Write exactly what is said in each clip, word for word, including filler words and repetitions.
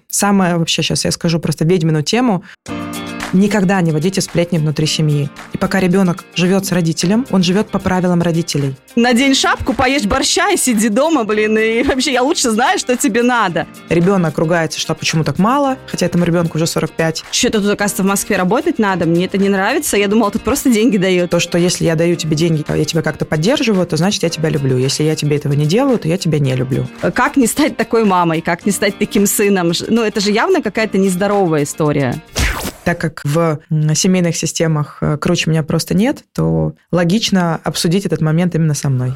самое вообще, сейчас я скажу просто ведьмину тему. Никогда не водите сплетни внутри семьи. И пока ребенок живет с родителем, он живет по правилам родителей. Надень шапку, поешь борща и сиди дома, блин, и вообще я лучше знаю, что тебе надо. Ребенок ругается, что почему так мало, хотя этому ребенку уже сорок пять. Что-то тут, оказывается, в Москве работать надо, мне это не нравится. Я думала, тут просто деньги дают. То, что если я даю тебе деньги, я тебя как-то поддерживаю, то значит, я тебя люблю. Если я тебе этого не делаю, то я тебя не люблю. Как не стать такой мамой, как не стать таким сыном? Ну, это же явно какая-то нездоровая история. Так как в семейных системах круче меня просто нет, то логично обсудить этот момент именно со мной.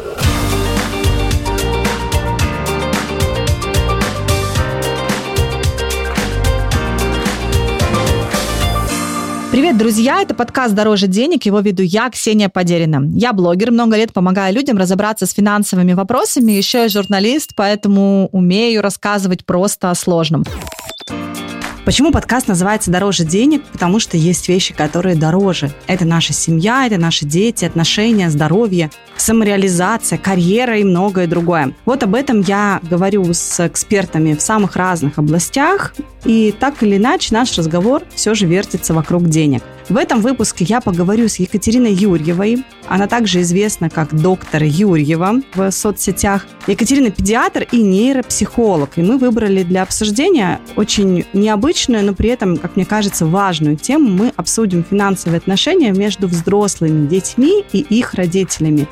Привет, друзья! Это подкаст «Дороже денег». Его веду я, Ксения Подерина. Я блогер, много лет помогаю людям разобраться с финансовыми вопросами. Еще я журналист, поэтому умею рассказывать просто о сложном. Почему подкаст называется «Дороже денег»? Потому что есть вещи, которые дороже. Это наша семья, это наши дети, отношения, здоровье, самореализация, карьера и многое другое. Вот об этом я говорю с экспертами в самых разных областях. И так или иначе наш разговор все же вертится вокруг денег. В этом выпуске я поговорю с Екатериной Юрьевой. Она также известна как доктор Юрьева в соцсетях. Екатерина педиатр и нейропсихолог. И мы выбрали для обсуждения очень необычную, но при этом, как мне кажется, важную тему. Мы обсудим финансовые отношения между взрослыми детьми и их родителями.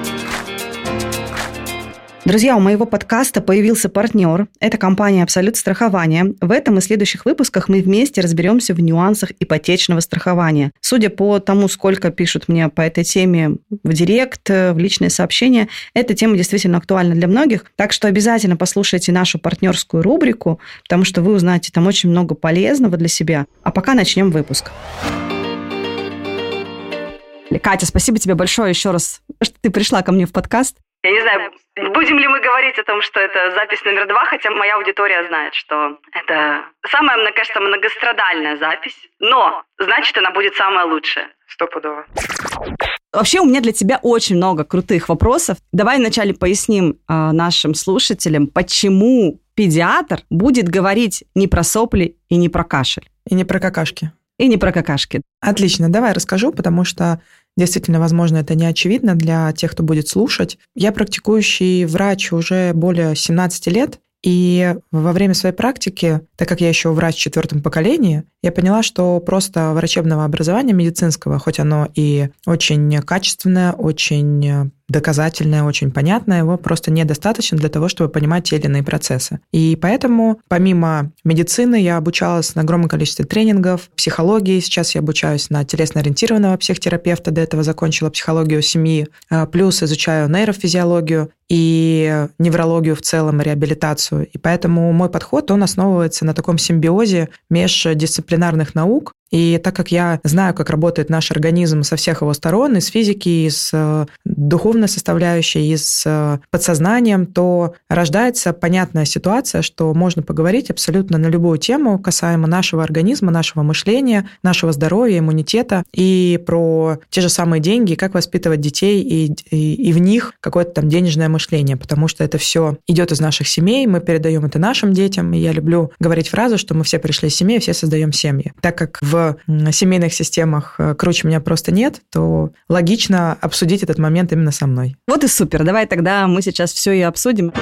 Друзья, у моего подкаста появился партнер. Это компания «Абсолют страхования». В этом и следующих выпусках мы вместе разберемся в нюансах ипотечного страхования. Судя по тому, сколько пишут мне по этой теме в директ, в личные сообщения, эта тема действительно актуальна для многих. Так что обязательно послушайте нашу партнерскую рубрику, потому что вы узнаете там очень много полезного для себя. А пока начнем выпуск. Катя, спасибо тебе большое еще раз, что ты пришла ко мне в подкаст. Я не знаю, будем ли мы говорить о том, что это запись номер два, хотя моя аудитория знает, что это самая, мне кажется, многострадальная запись, но значит, она будет самая лучшая. Стопудово. Вообще у меня для тебя очень много крутых вопросов. Давай вначале поясним э, нашим слушателям, почему педиатр будет говорить не про сопли и не про кашель. И не про какашки. И не про какашки. Отлично, давай расскажу, потому что действительно, возможно, это не очевидно для тех, кто будет слушать. Я практикующий врач уже более семнадцати лет, и во время своей практики, так как я еще врач в четвертом поколении, я поняла, что просто врачебного образования медицинского, хоть оно и очень качественное, очень доказательное, очень понятное, его просто недостаточно для того, чтобы понимать те или иные процессы. И поэтому, помимо медицины, я обучалась на огромном количестве тренингов, психологии. Сейчас я обучаюсь на телесно-ориентированного психотерапевта, до этого закончила психологию семьи, плюс изучаю нейрофизиологию и неврологию в целом, и реабилитацию. И поэтому мой подход, он основывается на таком симбиозе междисциплинарных наук. И так как я знаю, как работает наш организм со всех его сторон, и с физики, и с духовной составляющей, и с подсознанием, то рождается понятная ситуация, что можно поговорить абсолютно на любую тему касаемо нашего организма, нашего мышления, нашего здоровья, иммунитета, и про те же самые деньги, как воспитывать детей, и, и, и в них какое-то там денежное мышление, потому что это все идет из наших семей, мы передаем это нашим детям, и я люблю говорить фразу, что мы все пришли из семьи, все создаем семьи. Так как в в семейных системах круче меня просто нет, то логично обсудить этот момент именно со мной. Вот и супер. Давай тогда мы сейчас все и обсудим.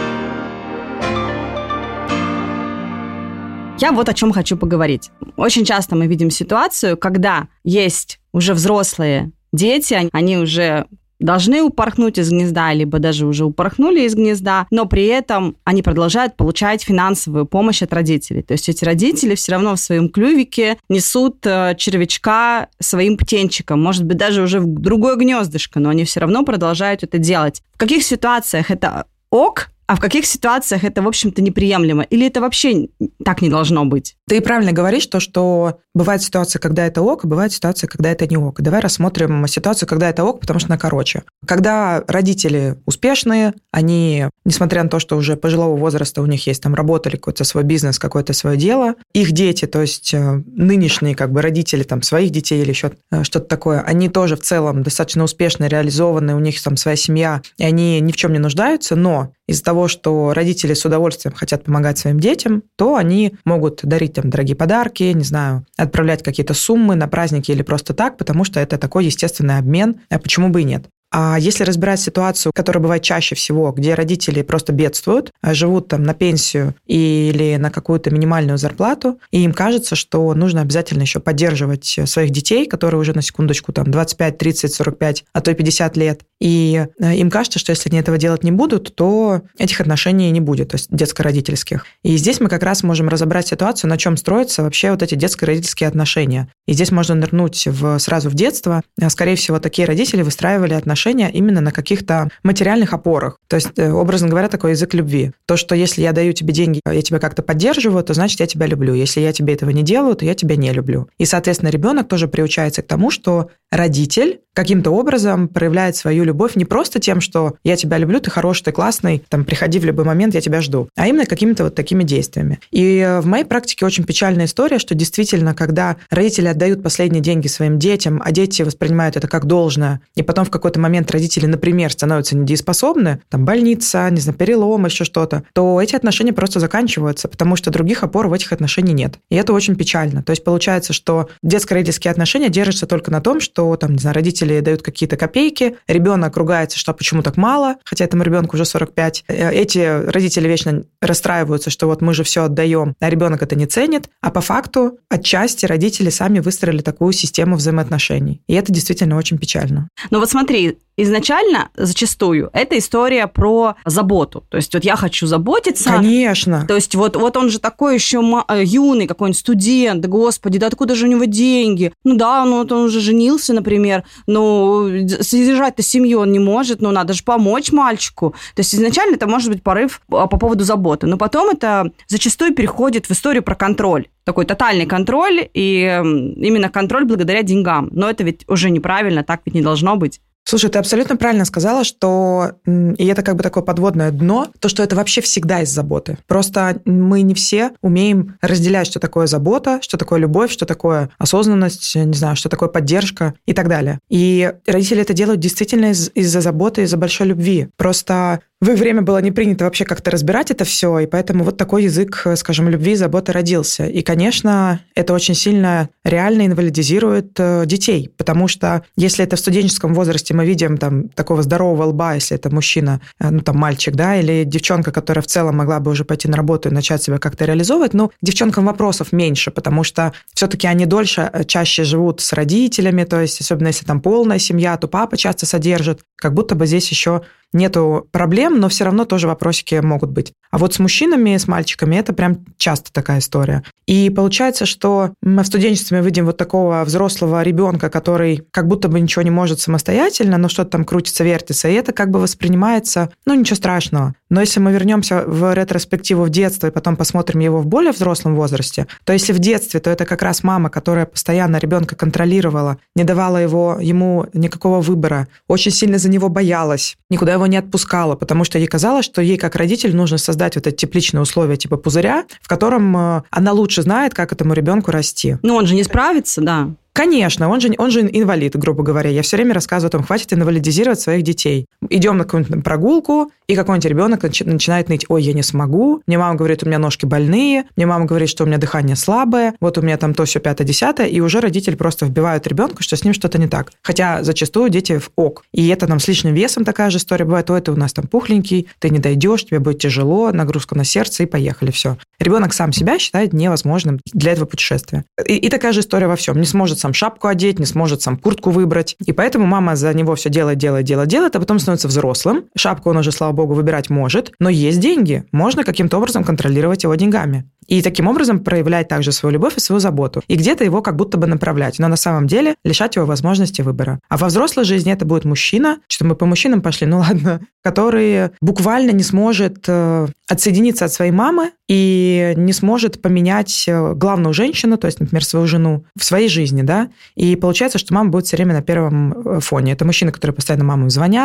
Я вот о чем хочу поговорить. Очень часто мы видим ситуацию, когда есть уже взрослые дети, они уже должны упорхнуть из гнезда, либо даже уже упорхнули из гнезда, но при этом они продолжают получать финансовую помощь от родителей. То есть эти родители все равно в своем клювике несут червячка своим птенчикам, может быть, даже уже в другое гнездышко, но они все равно продолжают это делать. В каких ситуациях это ок, а в каких ситуациях это, в общем-то, неприемлемо? Или это вообще так не должно быть? Ты правильно говоришь, то, что бывает ситуация, когда это ок, а бывает ситуация, когда это не ок. Давай рассмотрим ситуацию, когда это ок, потому что она короче. Когда родители успешные, они, несмотря на то, что уже пожилого возраста у них есть там работа или какой-то свой бизнес, какое-то свое дело, их дети, то есть нынешние как бы родители там своих детей или еще что-то такое, они тоже в целом достаточно успешно реализованы, у них там своя семья, и они ни в чем не нуждаются, но из-за того, что родители с удовольствием хотят помогать своим детям, то они могут дарить там дорогие подарки, не знаю, отправлять какие-то суммы на праздники или просто так, потому что это такой естественный обмен, а почему бы и нет. А если разбирать ситуацию, которая бывает чаще всего, где родители просто бедствуют, живут там на пенсию или на какую-то минимальную зарплату, и им кажется, что нужно обязательно еще поддерживать своих детей, которые уже на секундочку там двадцать пять, тридцать, сорок пять, а то и пятьдесят лет, и им кажется, что если они этого делать не будут, то этих отношений не будет, то есть детско-родительских. И здесь мы как раз можем разобрать ситуацию, на чем строятся вообще вот эти детско-родительские отношения. И здесь можно нырнуть в, сразу в детство. Скорее всего, такие родители выстраивали отношения именно на каких-то материальных опорах. То есть, образно говоря, такой язык любви. То, что если я даю тебе деньги, я тебя как-то поддерживаю, то значит, я тебя люблю. Если я тебе этого не делаю, то я тебя не люблю. И, соответственно, ребенок тоже приучается к тому, что родитель каким-то образом проявляет свою любовь не просто тем, что я тебя люблю, ты хороший, ты классный, там, приходи в любой момент, я тебя жду, а именно какими-то вот такими действиями. И в моей практике очень печальная история, что действительно, когда родители отдают последние деньги своим детям, а дети воспринимают это как должное, и потом в какой-то момент родители, например, становятся недееспособны, там, больница, не знаю, перелом, еще что-то, то эти отношения просто заканчиваются, потому что других опор в этих отношениях нет. И это очень печально. То есть получается, что детско-родительские отношения держатся только на том, что там, не знаю, родители дают какие-то копейки, ребенок ругается, что почему так мало, хотя этому ребенку уже сорок пять. Эти родители вечно расстраиваются, что вот мы же все отдаем, а ребенок это не ценит, а по факту отчасти родители сами выстроили такую систему взаимоотношений. И это действительно очень печально. Ну вот смотри, изначально, зачастую, это история про заботу. То есть вот я хочу заботиться. Конечно. То есть вот, вот он же такой еще юный какой-нибудь студент, да господи, да откуда же у него деньги? Ну да, ну вот он уже женился, например, но содержать-то семью он не может, ну надо же помочь мальчику. То есть изначально это может быть порыв по поводу заботы, но потом это зачастую переходит в историю про контроль. Такой тотальный контроль, и именно контроль благодаря деньгам. Но это ведь уже неправильно, так ведь не должно быть. Слушай, ты абсолютно правильно сказала, что, и это как бы такое подводное дно, то, что это вообще всегда из заботы. Просто мы не все умеем разделять, что такое забота, что такое любовь, что такое осознанность, не знаю, что такое поддержка и так далее. И родители это делают действительно из- из-за заботы, из-за большой любви. Просто в их время было не принято вообще как-то разбирать это все, и поэтому вот такой язык, скажем, любви и заботы родился. И, конечно, это очень сильно реально инвалидизирует детей, потому что если это в студенческом возрасте мы видим там такого здорового лба, если это мужчина, ну там мальчик, да, или девчонка, которая в целом могла бы уже пойти на работу и начать себя как-то реализовывать, ну, девчонкам вопросов меньше, потому что все-таки они дольше, чаще живут с родителями, то есть особенно если там полная семья, то папа часто содержит, как будто бы здесь еще нету проблем, но все равно тоже вопросики могут быть. А вот с мужчинами, с мальчиками это прям часто такая история. И получается, что мы в студенчестве мы видим вот такого взрослого ребенка, который как будто бы ничего не может самостоятельно, но что-то там крутится, вертится, и это как бы воспринимается, ну, ничего страшного. Но если мы вернемся в ретроспективу в детство и потом посмотрим его в более взрослом возрасте, то если в детстве, то это как раз мама, которая постоянно ребенка контролировала, не давала его, ему никакого выбора, очень сильно за него боялась, никуда его не отпускала, потому что ей казалось, что ей как родитель нужно создать вот эти тепличные условия типа пузыря, в котором она лучше знает, как этому ребенку расти. Ну, он же не справится, да. Конечно, он же, он же инвалид, грубо говоря. Я все время рассказываю о том, хватит инвалидизировать своих детей. Идем на какую-нибудь прогулку, и какой-нибудь ребенок начинает ныть: ой, я не смогу. Мне мама говорит, у меня ножки больные. Мне мама говорит, что у меня дыхание слабое. Вот у меня там то, все, пятое, десятое. И уже родитель просто вбивает ребенка, что с ним что-то не так. Хотя зачастую дети в ок. И это там с лишним весом такая же история бывает. Ой, ты у нас там пухленький, ты не дойдешь, тебе будет тяжело, нагрузка на сердце, и поехали, все. Ребенок сам себя считает невозможным для этого путешествия. И, и такая же история во всем. Не сможет сам шапку одеть, не сможет сам куртку выбрать. И поэтому мама за него все делает, делает, делает, делает, а потом становится взрослым. Шапку он уже, слава богу, выбирать может, но есть деньги. Можно каким-то образом контролировать его деньгами. И таким образом проявлять также свою любовь и свою заботу. И где-то его как будто бы направлять, но на самом деле лишать его возможности выбора. А во взрослой жизни это будет мужчина, что мы по мужчинам пошли, ну ладно, который буквально не сможет отсоединиться от своей мамы и не сможет поменять главную женщину, то есть, например, свою жену, в своей жизни, да, и получается, что мама будет все время на первом фоне. Это мужчины, которые постоянно мамам звонят, которые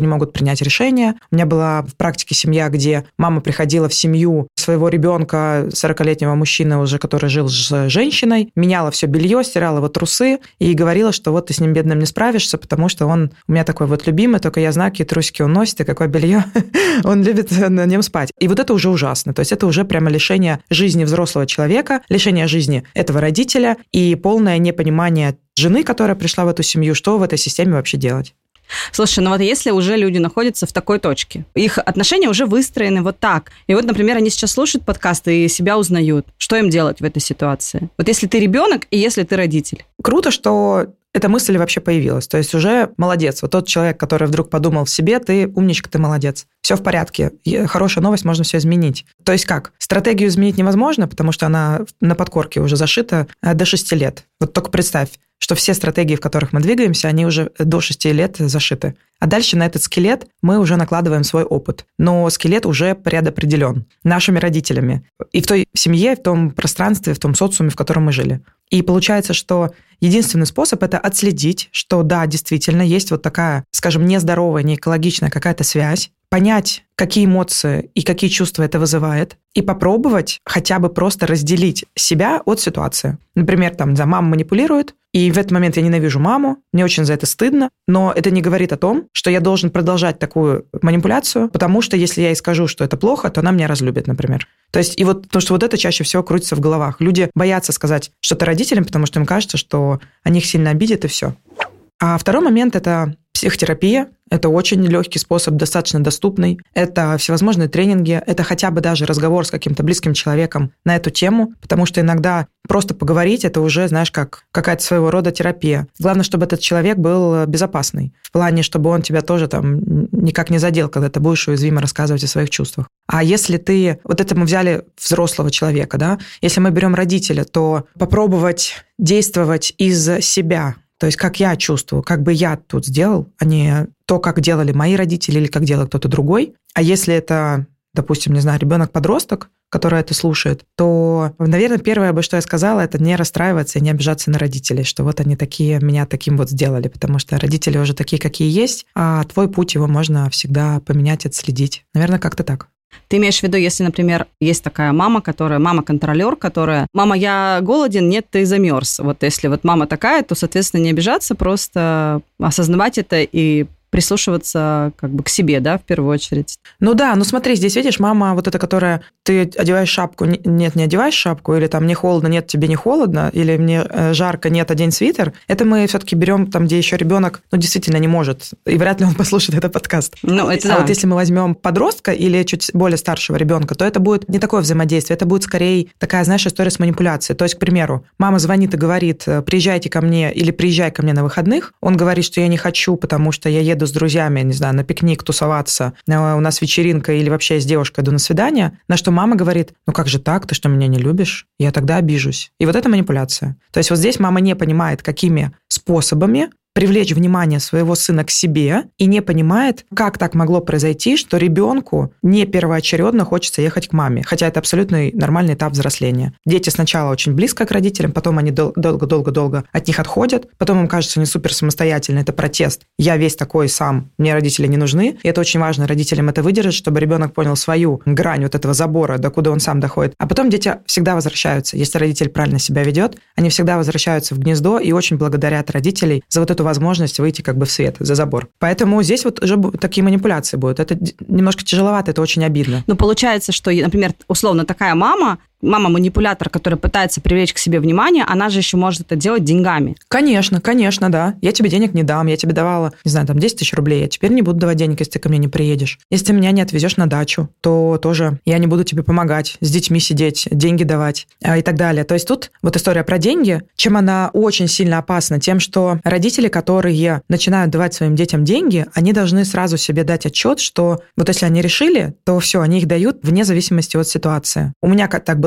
которые не могут принять решение. У меня была в практике семья, где мама приходила в семью своего ребенка, сорокалетнего мужчины уже, который жил с женщиной, меняла все белье, стирала его трусы и говорила, что вот ты с ним бедным не справишься, потому что он у меня такой вот любимый, только я знаю, какие трусики он носит и какое белье он любит на нем спать. И вот это уже ужасно. То есть это уже прямо лишение жизни взрослого человека, лишение жизни этого родителя и полное непонимание жены, которая пришла в эту семью, что в этой системе вообще делать. Слушай, ну вот если уже люди находятся в такой точке, их отношения уже выстроены вот так, и вот, например, они сейчас слушают подкасты и себя узнают, что им делать в этой ситуации? Вот если ты ребенок и если ты родитель. Круто, что эта мысль вообще появилась. То есть уже молодец. Вот тот человек, который вдруг подумал в себе, ты умничка, ты молодец. Все в порядке. И хорошая новость, можно все изменить. То есть как? Стратегию изменить невозможно, потому что она на подкорке уже зашита до шести лет. Вот только представь, что все стратегии, в которых мы двигаемся, они уже до шести лет зашиты. А дальше на этот скелет мы уже накладываем свой опыт. Но скелет уже предопределен нашими родителями. И в той семье, в том пространстве, в том социуме, в котором мы жили. И получается, что единственный способ – это отследить, что да, действительно, есть вот такая, скажем, нездоровая, неэкологичная какая-то связь, понять, какие эмоции и какие чувства это вызывает, и попробовать хотя бы просто разделить себя от ситуации. Например, там, за мама манипулирует, и в этот момент я ненавижу маму, мне очень за это стыдно, но это не говорит о том, что я должен продолжать такую манипуляцию, потому что если я ей скажу, что это плохо, то она меня разлюбит, например. То есть, и вот, потому что вот это чаще всего крутится в головах. Люди боятся сказать что-то родителям, потому что им кажется, что они их сильно обидят, и все. А второй момент – это психотерапия. Это очень легкий способ, достаточно доступный. Это всевозможные тренинги, это хотя бы даже разговор с каким-то близким человеком на эту тему, потому что иногда просто поговорить – это уже, знаешь, как какая-то своего рода терапия. Главное, чтобы этот человек был безопасный, в плане, чтобы он тебя тоже там никак не задел, когда ты будешь уязвимо рассказывать о своих чувствах. А если ты… Вот это мы взяли взрослого человека, да? Если мы берем родителя, то попробовать действовать из себя. То есть как я чувствую, как бы я тут сделал, а не то, как делали мои родители или как делал кто-то другой. А если это, допустим, не знаю, ребенок-подросток, который это слушает, то, наверное, первое бы, что я сказала, это не расстраиваться и не обижаться на родителей, что вот они такие, меня таким вот сделали, потому что родители уже такие, какие есть, а твой путь, его можно всегда поменять, отследить. Наверное, как-то так. Ты имеешь в виду, если, например, есть такая мама, которая, мама-контролер, которая, мама, я голоден, нет, ты замерз. Вот если вот мама такая, то, соответственно, не обижаться, просто осознавать это и прислушиваться как бы к себе, да, в первую очередь. Ну да, ну смотри, здесь видишь, мама вот эта, которая, ты одеваешь шапку, нет, не одеваешь шапку, или там мне холодно, нет, тебе не холодно, или мне жарко, нет, одень свитер, это мы все-таки берем там, где еще ребенок, ну, действительно не может, и вряд ли он послушает этот подкаст. Ну, это а да. вот если мы возьмем подростка или чуть более старшего ребенка, то это будет не такое взаимодействие, это будет скорее такая, знаешь, история с манипуляцией. То есть, к примеру, мама звонит и говорит, приезжайте ко мне или приезжай ко мне на выходных, он говорит, что я не хочу, потому что я еду с друзьями, не знаю, на пикник тусоваться, у нас вечеринка или вообще я с девушкой иду на свидание, на что мама говорит, ну как же так, ты что, меня не любишь? Я тогда обижусь. И вот это манипуляция. То есть вот здесь мама не понимает, какими способами привлечь внимание своего сына к себе и не понимает, как так могло произойти, что ребенку не первоочередно хочется ехать к маме, хотя это абсолютно нормальный этап взросления. Дети сначала очень близко к родителям, потом они долго-долго-долго от них отходят, потом им кажется, они супер самостоятельны, это протест. Я весь такой сам, мне родители не нужны, и это очень важно родителям это выдержать, чтобы ребенок понял свою грань вот этого забора, докуда он сам доходит. А потом дети всегда возвращаются. Если родитель правильно себя ведет, они всегда возвращаются в гнездо и очень благодарят родителей за вот эту возможность выйти как бы в свет, за забор. Поэтому здесь вот уже такие манипуляции будут. Это немножко тяжеловато, это очень обидно. Ну, получается, что, например, условно такая мама, мама-манипулятор, которая пытается привлечь к себе внимание, она же еще может это делать деньгами. Конечно, конечно, да. Я тебе денег не дам, я тебе давала, не знаю, там десять тысяч рублей, я теперь не буду давать денег, если ты ко мне не приедешь. Если ты меня не отвезешь на дачу, то тоже я не буду тебе помогать, с детьми сидеть, деньги давать и так далее. То есть тут вот история про деньги, чем она очень сильно опасна, тем, что родители, которые начинают давать своим детям деньги, они должны сразу себе дать отчет, что вот если они решили, то все, они их дают вне зависимости от ситуации. У меня так было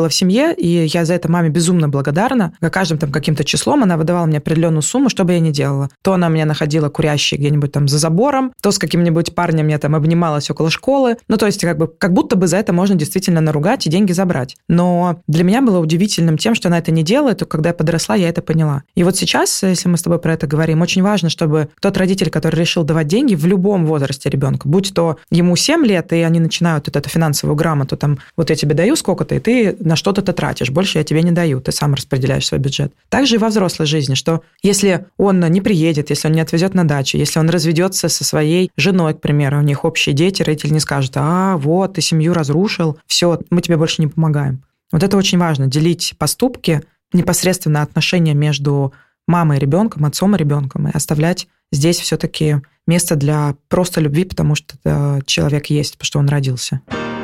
было в семье, и я за это маме безумно благодарна. За каждым там каким-то числом она выдавала мне определенную сумму, что бы я ни делала. То она меня находила курящей где-нибудь там за забором, то с каким-нибудь парнем я там обнималась около школы. Ну, то есть как бы как будто бы за это можно действительно наругать и деньги забрать. Но для меня было удивительным тем, что она это не делает, и когда я подросла, я это поняла. И вот сейчас, если мы с тобой про это говорим, очень важно, чтобы тот родитель, который решил давать деньги в любом возрасте ребенка, будь то ему семь лет, и они начинают вот эту финансовую грамоту, там, вот я тебе даю сколько-то, и ты на что-то ты тратишь, больше я тебе не даю, ты сам распределяешь свой бюджет. Также и во взрослой жизни, что если он не приедет, если он не отвезет на дачу, если он разведется со своей женой, к примеру, у них общие дети, родитель не скажет: а, вот, ты семью разрушил, все, мы тебе больше не помогаем. Вот это очень важно, делить поступки, непосредственно отношения между мамой и ребенком, отцом и ребенком, и оставлять здесь все-таки место для просто любви, потому что человек есть, потому что он родился.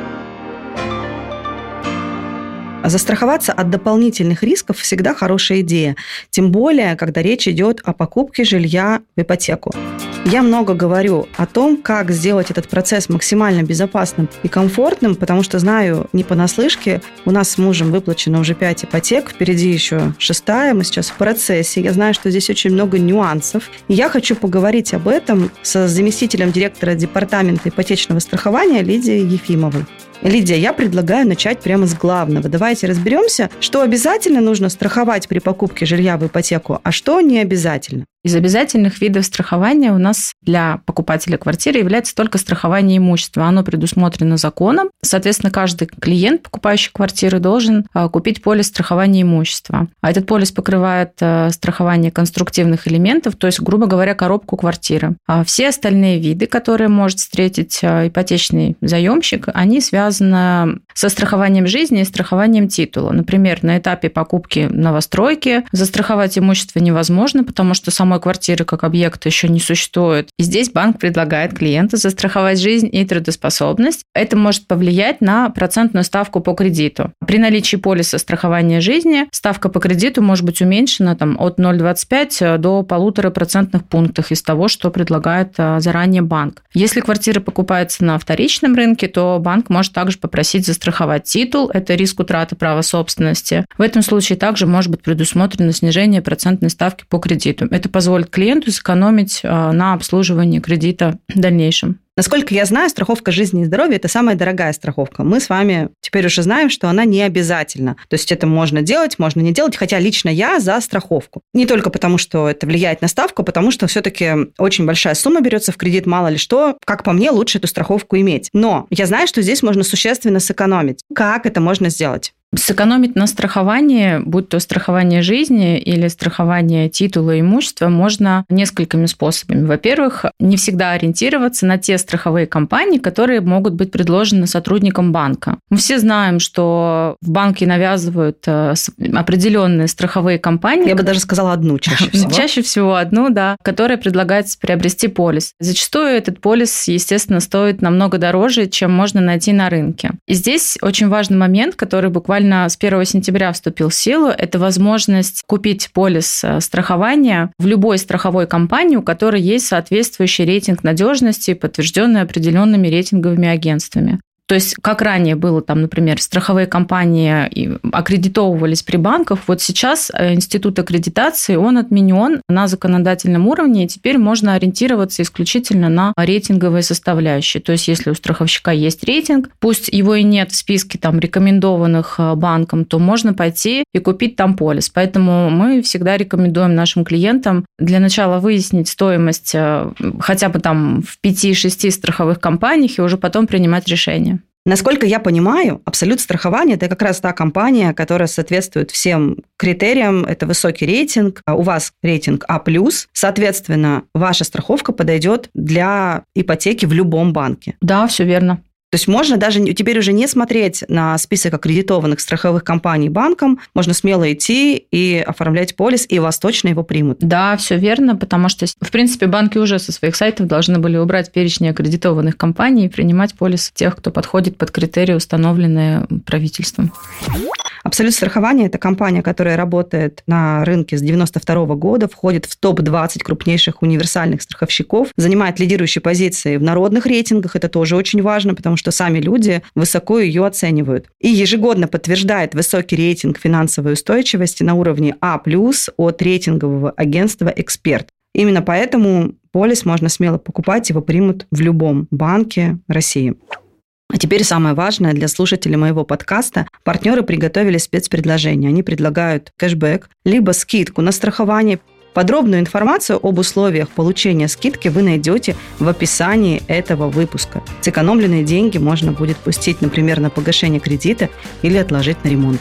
Застраховаться от дополнительных рисков всегда хорошая идея, тем более, когда речь идет о покупке жилья в ипотеку. Я много говорю о том, как сделать этот процесс максимально безопасным и комфортным, потому что знаю не понаслышке, у нас с мужем выплачено уже пять ипотек, впереди еще шестая, мы сейчас в процессе. Я знаю, что здесь очень много нюансов, и я хочу поговорить об этом с заместителем директора департамента ипотечного страхования Лидией Ефимовой. Лидия, я предлагаю начать прямо с главного. Давайте разберемся, что обязательно нужно страховать при покупке жилья в ипотеку, а что не обязательно. Из обязательных видов страхования у нас для покупателя квартиры является только страхование имущества. Оно предусмотрено законом. Соответственно, каждый клиент, покупающий квартиры, должен купить полис страхования имущества. А этот полис покрывает страхование конструктивных элементов, то есть, грубо говоря, коробку квартиры. А все остальные виды, которые может встретить ипотечный заемщик, они связаны со страхованием жизни и страхованием титула. Например, на этапе покупки новостройки застраховать имущество невозможно, потому что само квартиры как объекта еще не существует. И здесь банк предлагает клиенту застраховать жизнь и трудоспособность. Это может повлиять на процентную ставку по кредиту. При наличии полиса страхования жизни ставка по кредиту может быть уменьшена там, от ноль целых двадцать пять сотых до полутора процентных пунктов из того, что предлагает заранее банк. Если квартира покупается на вторичном рынке, то банк может также попросить застраховать титул. Это риск утраты права собственности. В этом случае также может быть предусмотрено снижение процентной ставки по кредиту. Это позволит клиенту сэкономить на обслуживании кредита в дальнейшем. Насколько я знаю, страховка жизни и здоровья – это самая дорогая страховка. Мы с вами теперь уже знаем, что она не обязательна. То есть это можно делать, можно не делать, хотя лично я за страховку. Не только потому, что это влияет на ставку, потому что все-таки очень большая сумма берется в кредит, мало ли что. Как по мне, лучше эту страховку иметь. Но я знаю, что здесь можно существенно сэкономить. Как это можно сделать? Сэкономить на страховании, будь то страхование жизни или страхование титула и имущества, можно несколькими способами. Во-первых, не всегда ориентироваться на те страховые компании, которые могут быть предложены сотрудникам банка. Мы все знаем, что в банке навязывают определенные страховые компании. Я бы даже сказала одну чаще всего. Чаще всего одну, да, которая предлагается приобрести полис. Зачастую этот полис, естественно, стоит намного дороже, чем можно найти на рынке. И здесь очень важный момент, который буквально с первого сентября вступил в силу, это возможность купить полис страхования в любой страховой компании, у которой есть соответствующий рейтинг надежности, подтвержденный определенными рейтинговыми агентствами. То есть, как ранее было, там, например, страховые компании аккредитовывались при банках, вот сейчас институт аккредитации, он отменен на законодательном уровне, и теперь можно ориентироваться исключительно на рейтинговые составляющие. То есть, если у страховщика есть рейтинг, пусть его и нет в списке там, рекомендованных банком, то можно пойти и купить там полис. Поэтому мы всегда рекомендуем нашим клиентам для начала выяснить стоимость хотя бы там в пяти-шести страховых компаниях и уже потом принимать решение. Насколько я понимаю, Абсолют страхование – это как раз та компания, которая соответствует всем критериям. Это высокий рейтинг, у вас рейтинг А плюс. Соответственно, ваша страховка подойдет для ипотеки в любом банке. Да, все верно. То есть можно даже теперь уже не смотреть на список аккредитованных страховых компаний банком, можно смело идти и оформлять полис, и вас точно его примут. Да, все верно, потому что, в принципе, банки уже со своих сайтов должны были убрать перечни аккредитованных компаний и принимать полис тех, кто подходит под критерии, установленные правительством. А Абсолют страхование – это компания, которая работает на рынке с девяносто второго года, входит в топ двадцать крупнейших универсальных страховщиков, занимает лидирующие позиции в народных рейтингах. Это тоже очень важно, потому что сами люди высоко ее оценивают. И ежегодно подтверждает высокий рейтинг финансовой устойчивости на уровне А плюс от рейтингового агентства «Эксперт». Именно поэтому полис можно смело покупать, его примут в любом банке России. А теперь самое важное для слушателей моего подкаста. Партнеры приготовили спецпредложение. Они предлагают кэшбэк, либо скидку на страхование. Подробную информацию об условиях получения скидки вы найдете в описании этого выпуска. Сэкономленные деньги можно будет пустить, например, на погашение кредита или отложить на ремонт.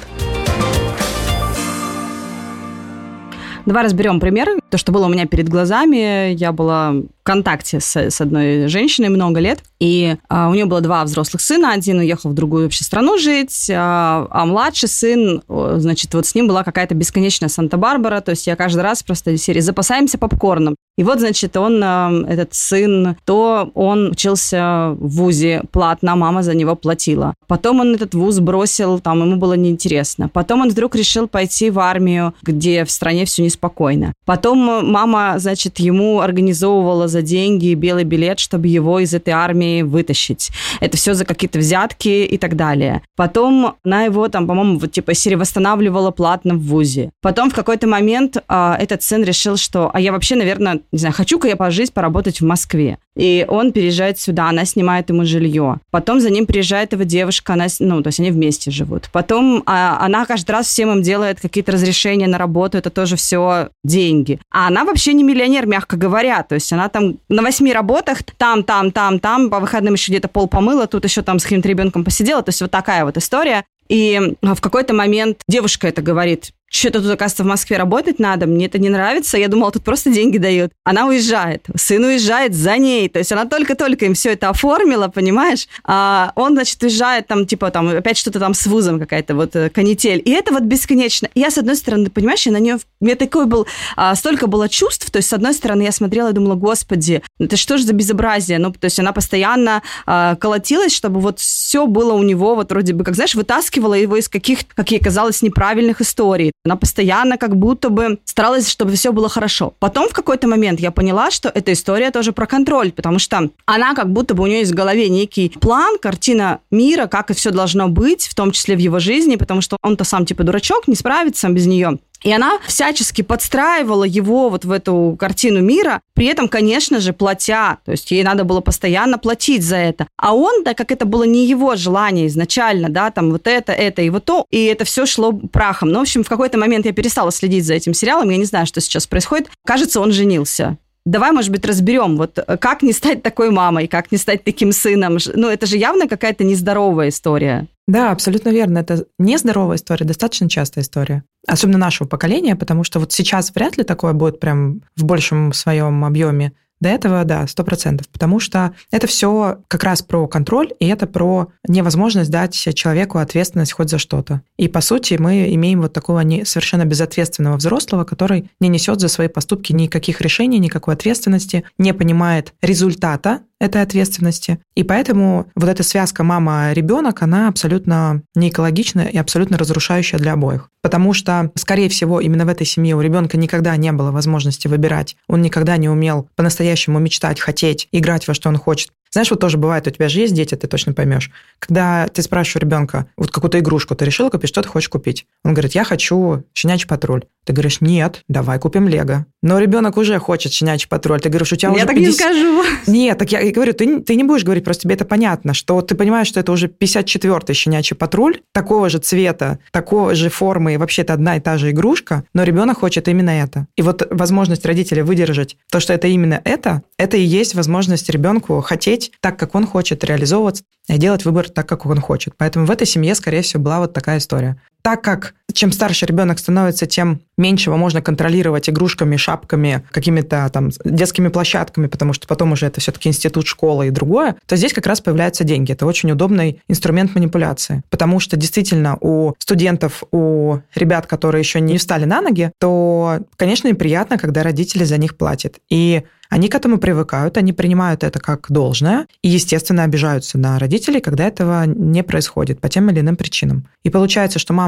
Давай разберем пример. То, что было у меня перед глазами. Я была в контакте с, с одной женщиной много лет, и а, у нее было два взрослых сына. Один уехал в другую вообще страну жить, а, а младший сын, значит, вот с ним была какая-то бесконечная Санта-Барбара. То есть я каждый раз просто из серии «запасаемся попкорном». И вот, значит, он, этот сын, то он учился в вузе платно, мама за него платила. Потом он этот вуз бросил, там ему было неинтересно. Потом он вдруг решил пойти в армию, где в стране все неспокойно. Потом мама, значит, ему организовывала за деньги белый билет, чтобы его из этой армии вытащить. Это все за какие-то взятки и так далее. Потом она его там, по-моему, вот, типа, серия восстанавливала платно в вузе. Потом в какой-то момент а, этот сын решил, что, а я вообще, наверное, не знаю, хочу-ка я пожить, поработать в Москве. И он переезжает сюда, она снимает ему жилье. Потом за ним приезжает его девушка, она, ну, то есть они вместе живут. Потом а, она каждый раз всем им делает какие-то разрешения на работу, это тоже все деньги. А она вообще не миллионер, мягко говоря. То есть она там на восьми работах, там, там, там, там, по выходным еще где-то пол помыла, тут еще там с каким-то ребенком посидела. То есть вот такая вот история. И в какой-то момент девушка это говорит: что-то тут, оказывается, в Москве работать надо, мне это не нравится, я думала, тут просто деньги дают. Она уезжает, сын уезжает за ней, то есть она только-только им все это оформила, понимаешь? А он, значит, уезжает, там, типа, там, опять что-то там с вузом какая-то вот канитель. И это вот бесконечно. И я, с одной стороны, понимаешь, я на нее, у меня такой был, а, столько было чувств, то есть, с одной стороны, я смотрела и думала: господи, это что же за безобразие? Ну, то есть она постоянно а, колотилась, чтобы вот все было у него, вот вроде бы, как, знаешь, вытаскивала его из каких-то, как ей казалось, неправильных историй. Она постоянно как будто бы старалась, чтобы все было хорошо. Потом в какой-то момент я поняла, что эта история тоже про контроль, потому что она как будто бы у нее есть в голове некий план, картина мира, как и все должно быть, в том числе в его жизни, потому что он-то сам типа дурачок, не справится без нее. И она всячески подстраивала его вот в эту картину мира, при этом, конечно же, платя. То есть ей надо было постоянно платить за это. А он, так как это было не его желание изначально, да, там вот это, это и вот то, и это все шло прахом. Ну, в общем, в какой-то момент я перестала следить за этим сериалом, я не знаю, что сейчас происходит. Кажется, он женился. Давай, может быть, разберем, вот как не стать такой мамой, как не стать таким сыном. Ну, это же явно какая-то нездоровая история. Да, абсолютно верно. Это нездоровая история, достаточно частая история. Особенно нашего поколения, потому что вот сейчас вряд ли такое будет прям в большем своем объеме. До этого, да, сто процентов, потому что это все как раз про контроль, и это про невозможность дать человеку ответственность хоть за что-то. И, по сути, мы имеем вот такого совершенно безответственного взрослого, который не несет за свои поступки никаких решений, никакой ответственности, не понимает результата этой ответственности. И поэтому вот эта связка мама-ребенок, она абсолютно не экологичная и абсолютно разрушающая для обоих. Потому что, скорее всего, именно в этой семье у ребенка никогда не было возможности выбирать. Он никогда не умел по-настоящему мечтать, хотеть, играть во что он хочет. Знаешь, вот тоже бывает, у тебя же есть дети, ты точно поймешь. Когда ты спрашиваешь ребенка, вот какую-то игрушку ты решила купить, что ты хочешь купить? Он говорит: я хочу «Щенячий патруль». Ты говоришь: нет, давай купим Лего. Но ребенок уже хочет «Щенячий патруль». Ты говоришь: у тебя я уже так пятьдесят... не скажу. Нет, так я и говорю, ты, ты не будешь говорить, просто тебе это понятно, что ты понимаешь, что это уже пятьдесят четвёртый «Щенячий патруль», такого же цвета, такого же формы, и вообще это одна и та же игрушка, но ребенок хочет именно это. И вот возможность родителя выдержать то, что это именно это, это и есть возможность ребенку хотеть так, как он хочет, реализовываться, и делать выбор так, как он хочет. Поэтому в этой семье, скорее всего, была вот такая история. Так как чем старше ребенок становится, тем меньше его можно контролировать игрушками, шапками, какими-то там детскими площадками, потому что потом уже это все-таки институт, школа и другое, то здесь как раз появляются деньги. Это очень удобный инструмент манипуляции, потому что действительно у студентов, у ребят, которые еще не встали на ноги, то, конечно, им приятно, когда родители за них платят. И они к этому привыкают, они принимают это как должное и, естественно, обижаются на родителей, когда этого не происходит по тем или иным причинам. И получается, что мама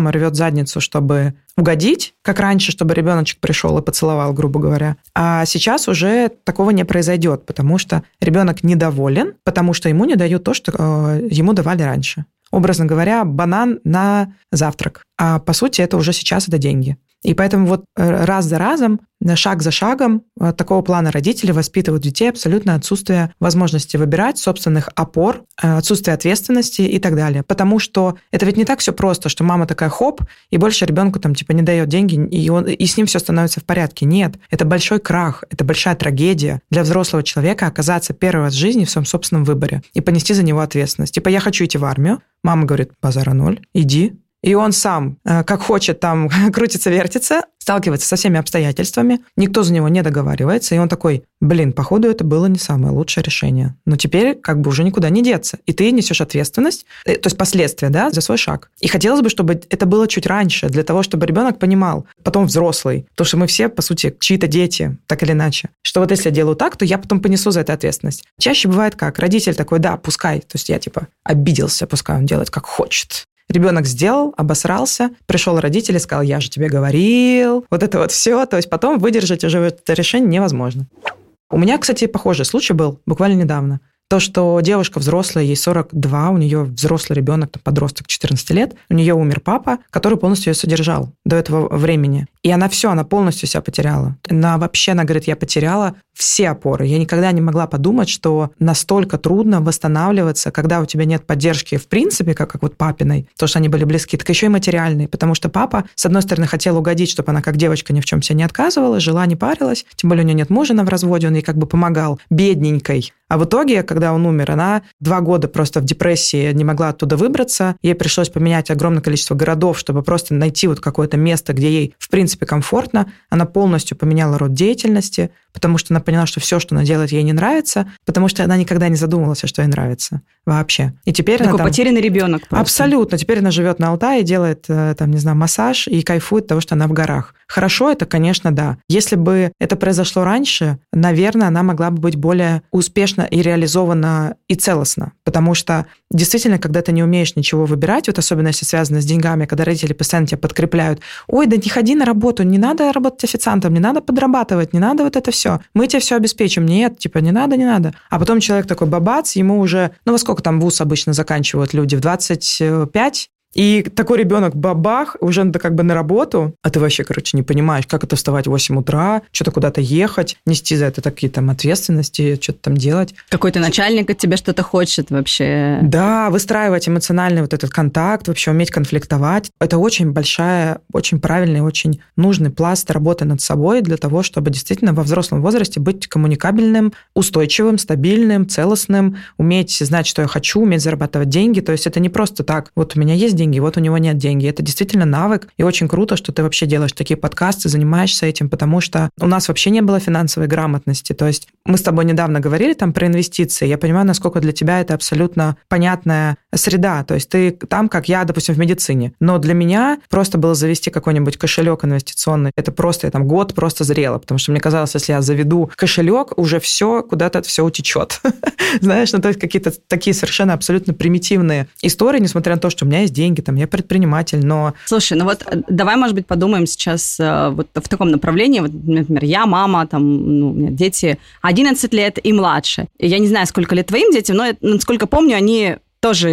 мама рвет задницу, чтобы угодить, как раньше, чтобы ребеночек пришел и поцеловал, грубо говоря. А сейчас уже такого не произойдет, потому что ребенок недоволен, потому что ему не дают то, что э, ему давали раньше. Образно говоря, банан на завтрак. А по сути это уже сейчас это деньги. И поэтому вот раз за разом, шаг за шагом такого плана родители воспитывают детей абсолютно отсутствие возможности выбирать собственных опор, отсутствие ответственности и так далее. Потому что это ведь не так все просто, что мама такая хоп, и больше ребенку там типа не дает деньги, и, он, и с ним все становится в порядке. Нет, это большой крах, это большая трагедия для взрослого человека оказаться первый раз в жизни в своем собственном выборе и понести за него ответственность. Типа я хочу идти в армию, мама говорит, базара ноль, иди. И он сам, как хочет, там крутится-вертится, сталкивается со всеми обстоятельствами, никто за него не договаривается, и он такой, блин, походу, это было не самое лучшее решение. Но теперь как бы уже никуда не деться. И ты несешь ответственность, то есть последствия, да, за свой шаг. И хотелось бы, чтобы это было чуть раньше, для того, чтобы ребенок понимал, потом взрослый, потому что мы все, по сути, чьи-то дети, так или иначе, что вот если я делаю так, то я потом понесу за это ответственность. Чаще бывает как? Родитель такой, да, пускай, то есть я типа обиделся, пускай он делает как хочет. Ребенок сделал, обосрался, пришел родитель и сказал, я же тебе говорил, вот это вот все. То есть потом выдержать уже это решение невозможно. У меня, кстати, похожий случай был буквально недавно. То, что девушка взрослая, ей сорок два, у нее взрослый ребенок, подросток четырнадцать лет, у нее умер папа, который полностью ее содержал до этого времени. И она все, она полностью себя потеряла. Она вообще, она говорит, я потеряла все опоры. Я никогда не могла подумать, что настолько трудно восстанавливаться, когда у тебя нет поддержки в принципе, как, как вот папиной, то, что они были близки, так еще и материальной. Потому что папа, с одной стороны, хотел угодить, чтобы она как девочка ни в чем себе не отказывала, жила, не парилась. Тем более у нее нет мужа, она в разводе, он ей как бы помогал, бедненькой. А в итоге, когда он умер, она два года просто в депрессии не могла оттуда выбраться. Ей пришлось поменять огромное количество городов, чтобы просто найти вот какое-то место, где ей, в принципе, комфортно. Она полностью поменяла род деятельности, потому что она поняла, что все, что она делает, ей не нравится, потому что она никогда не задумывалась, что ей нравится вообще. И теперь Такой она там... потерянный ребенок просто. Абсолютно. Теперь она живет на Алтае, делает, там, не знаю, массаж и кайфует от того, что она в горах. Хорошо это, конечно, да. Если бы это произошло раньше, наверное, она могла бы быть более успешна и реализована и целостно. Потому что действительно, когда ты не умеешь ничего выбирать, вот особенно если связано с деньгами, когда родители постоянно тебя подкрепляют, ой, да не ходи на работу, не надо работать официантом, не надо подрабатывать, не надо вот это все. Мы тебе все обеспечим. Нет, типа, не надо, не надо. А потом человек такой бабац, ему уже, ну, во сколько там вуз обычно заканчивают люди? В двадцать пять? И такой ребенок бабах, уже надо как бы на работу, а ты вообще, короче, не понимаешь, как это вставать в восемь утра, что-то куда-то ехать, нести за это такие там ответственности, что-то там делать. Какой-то начальник от тебя что-то хочет вообще. Да, выстраивать эмоциональный вот этот контакт, вообще уметь конфликтовать. Это очень большая, очень правильный, очень нужный пласт работы над собой для того, чтобы действительно во взрослом возрасте быть коммуникабельным, устойчивым, стабильным, целостным, уметь знать, что я хочу, уметь зарабатывать деньги. То есть это не просто так, вот у меня есть деньги, деньги, вот у него нет денег. Это действительно навык, и очень круто, что ты вообще делаешь такие подкасты, занимаешься этим, потому что у нас вообще не было финансовой грамотности. То есть мы с тобой недавно говорили там про инвестиции. Я понимаю, насколько для тебя это абсолютно понятная среда. То есть ты там, как я, допустим, в медицине. Но для меня просто было завести какой-нибудь кошелек инвестиционный. Это просто, я там год просто зрела, потому что мне казалось, если я заведу кошелек, уже все, куда-то это все утечет. Знаешь, ну то есть какие-то такие совершенно абсолютно примитивные истории, несмотря на то, что у меня есть деньги, там, я предприниматель, но... Слушай, ну вот давай, может быть, подумаем сейчас вот в таком направлении. Вот, например, я мама, там, ну, у меня дети одиннадцать лет и младше. Я не знаю, сколько лет твоим детям, но, насколько помню, они тоже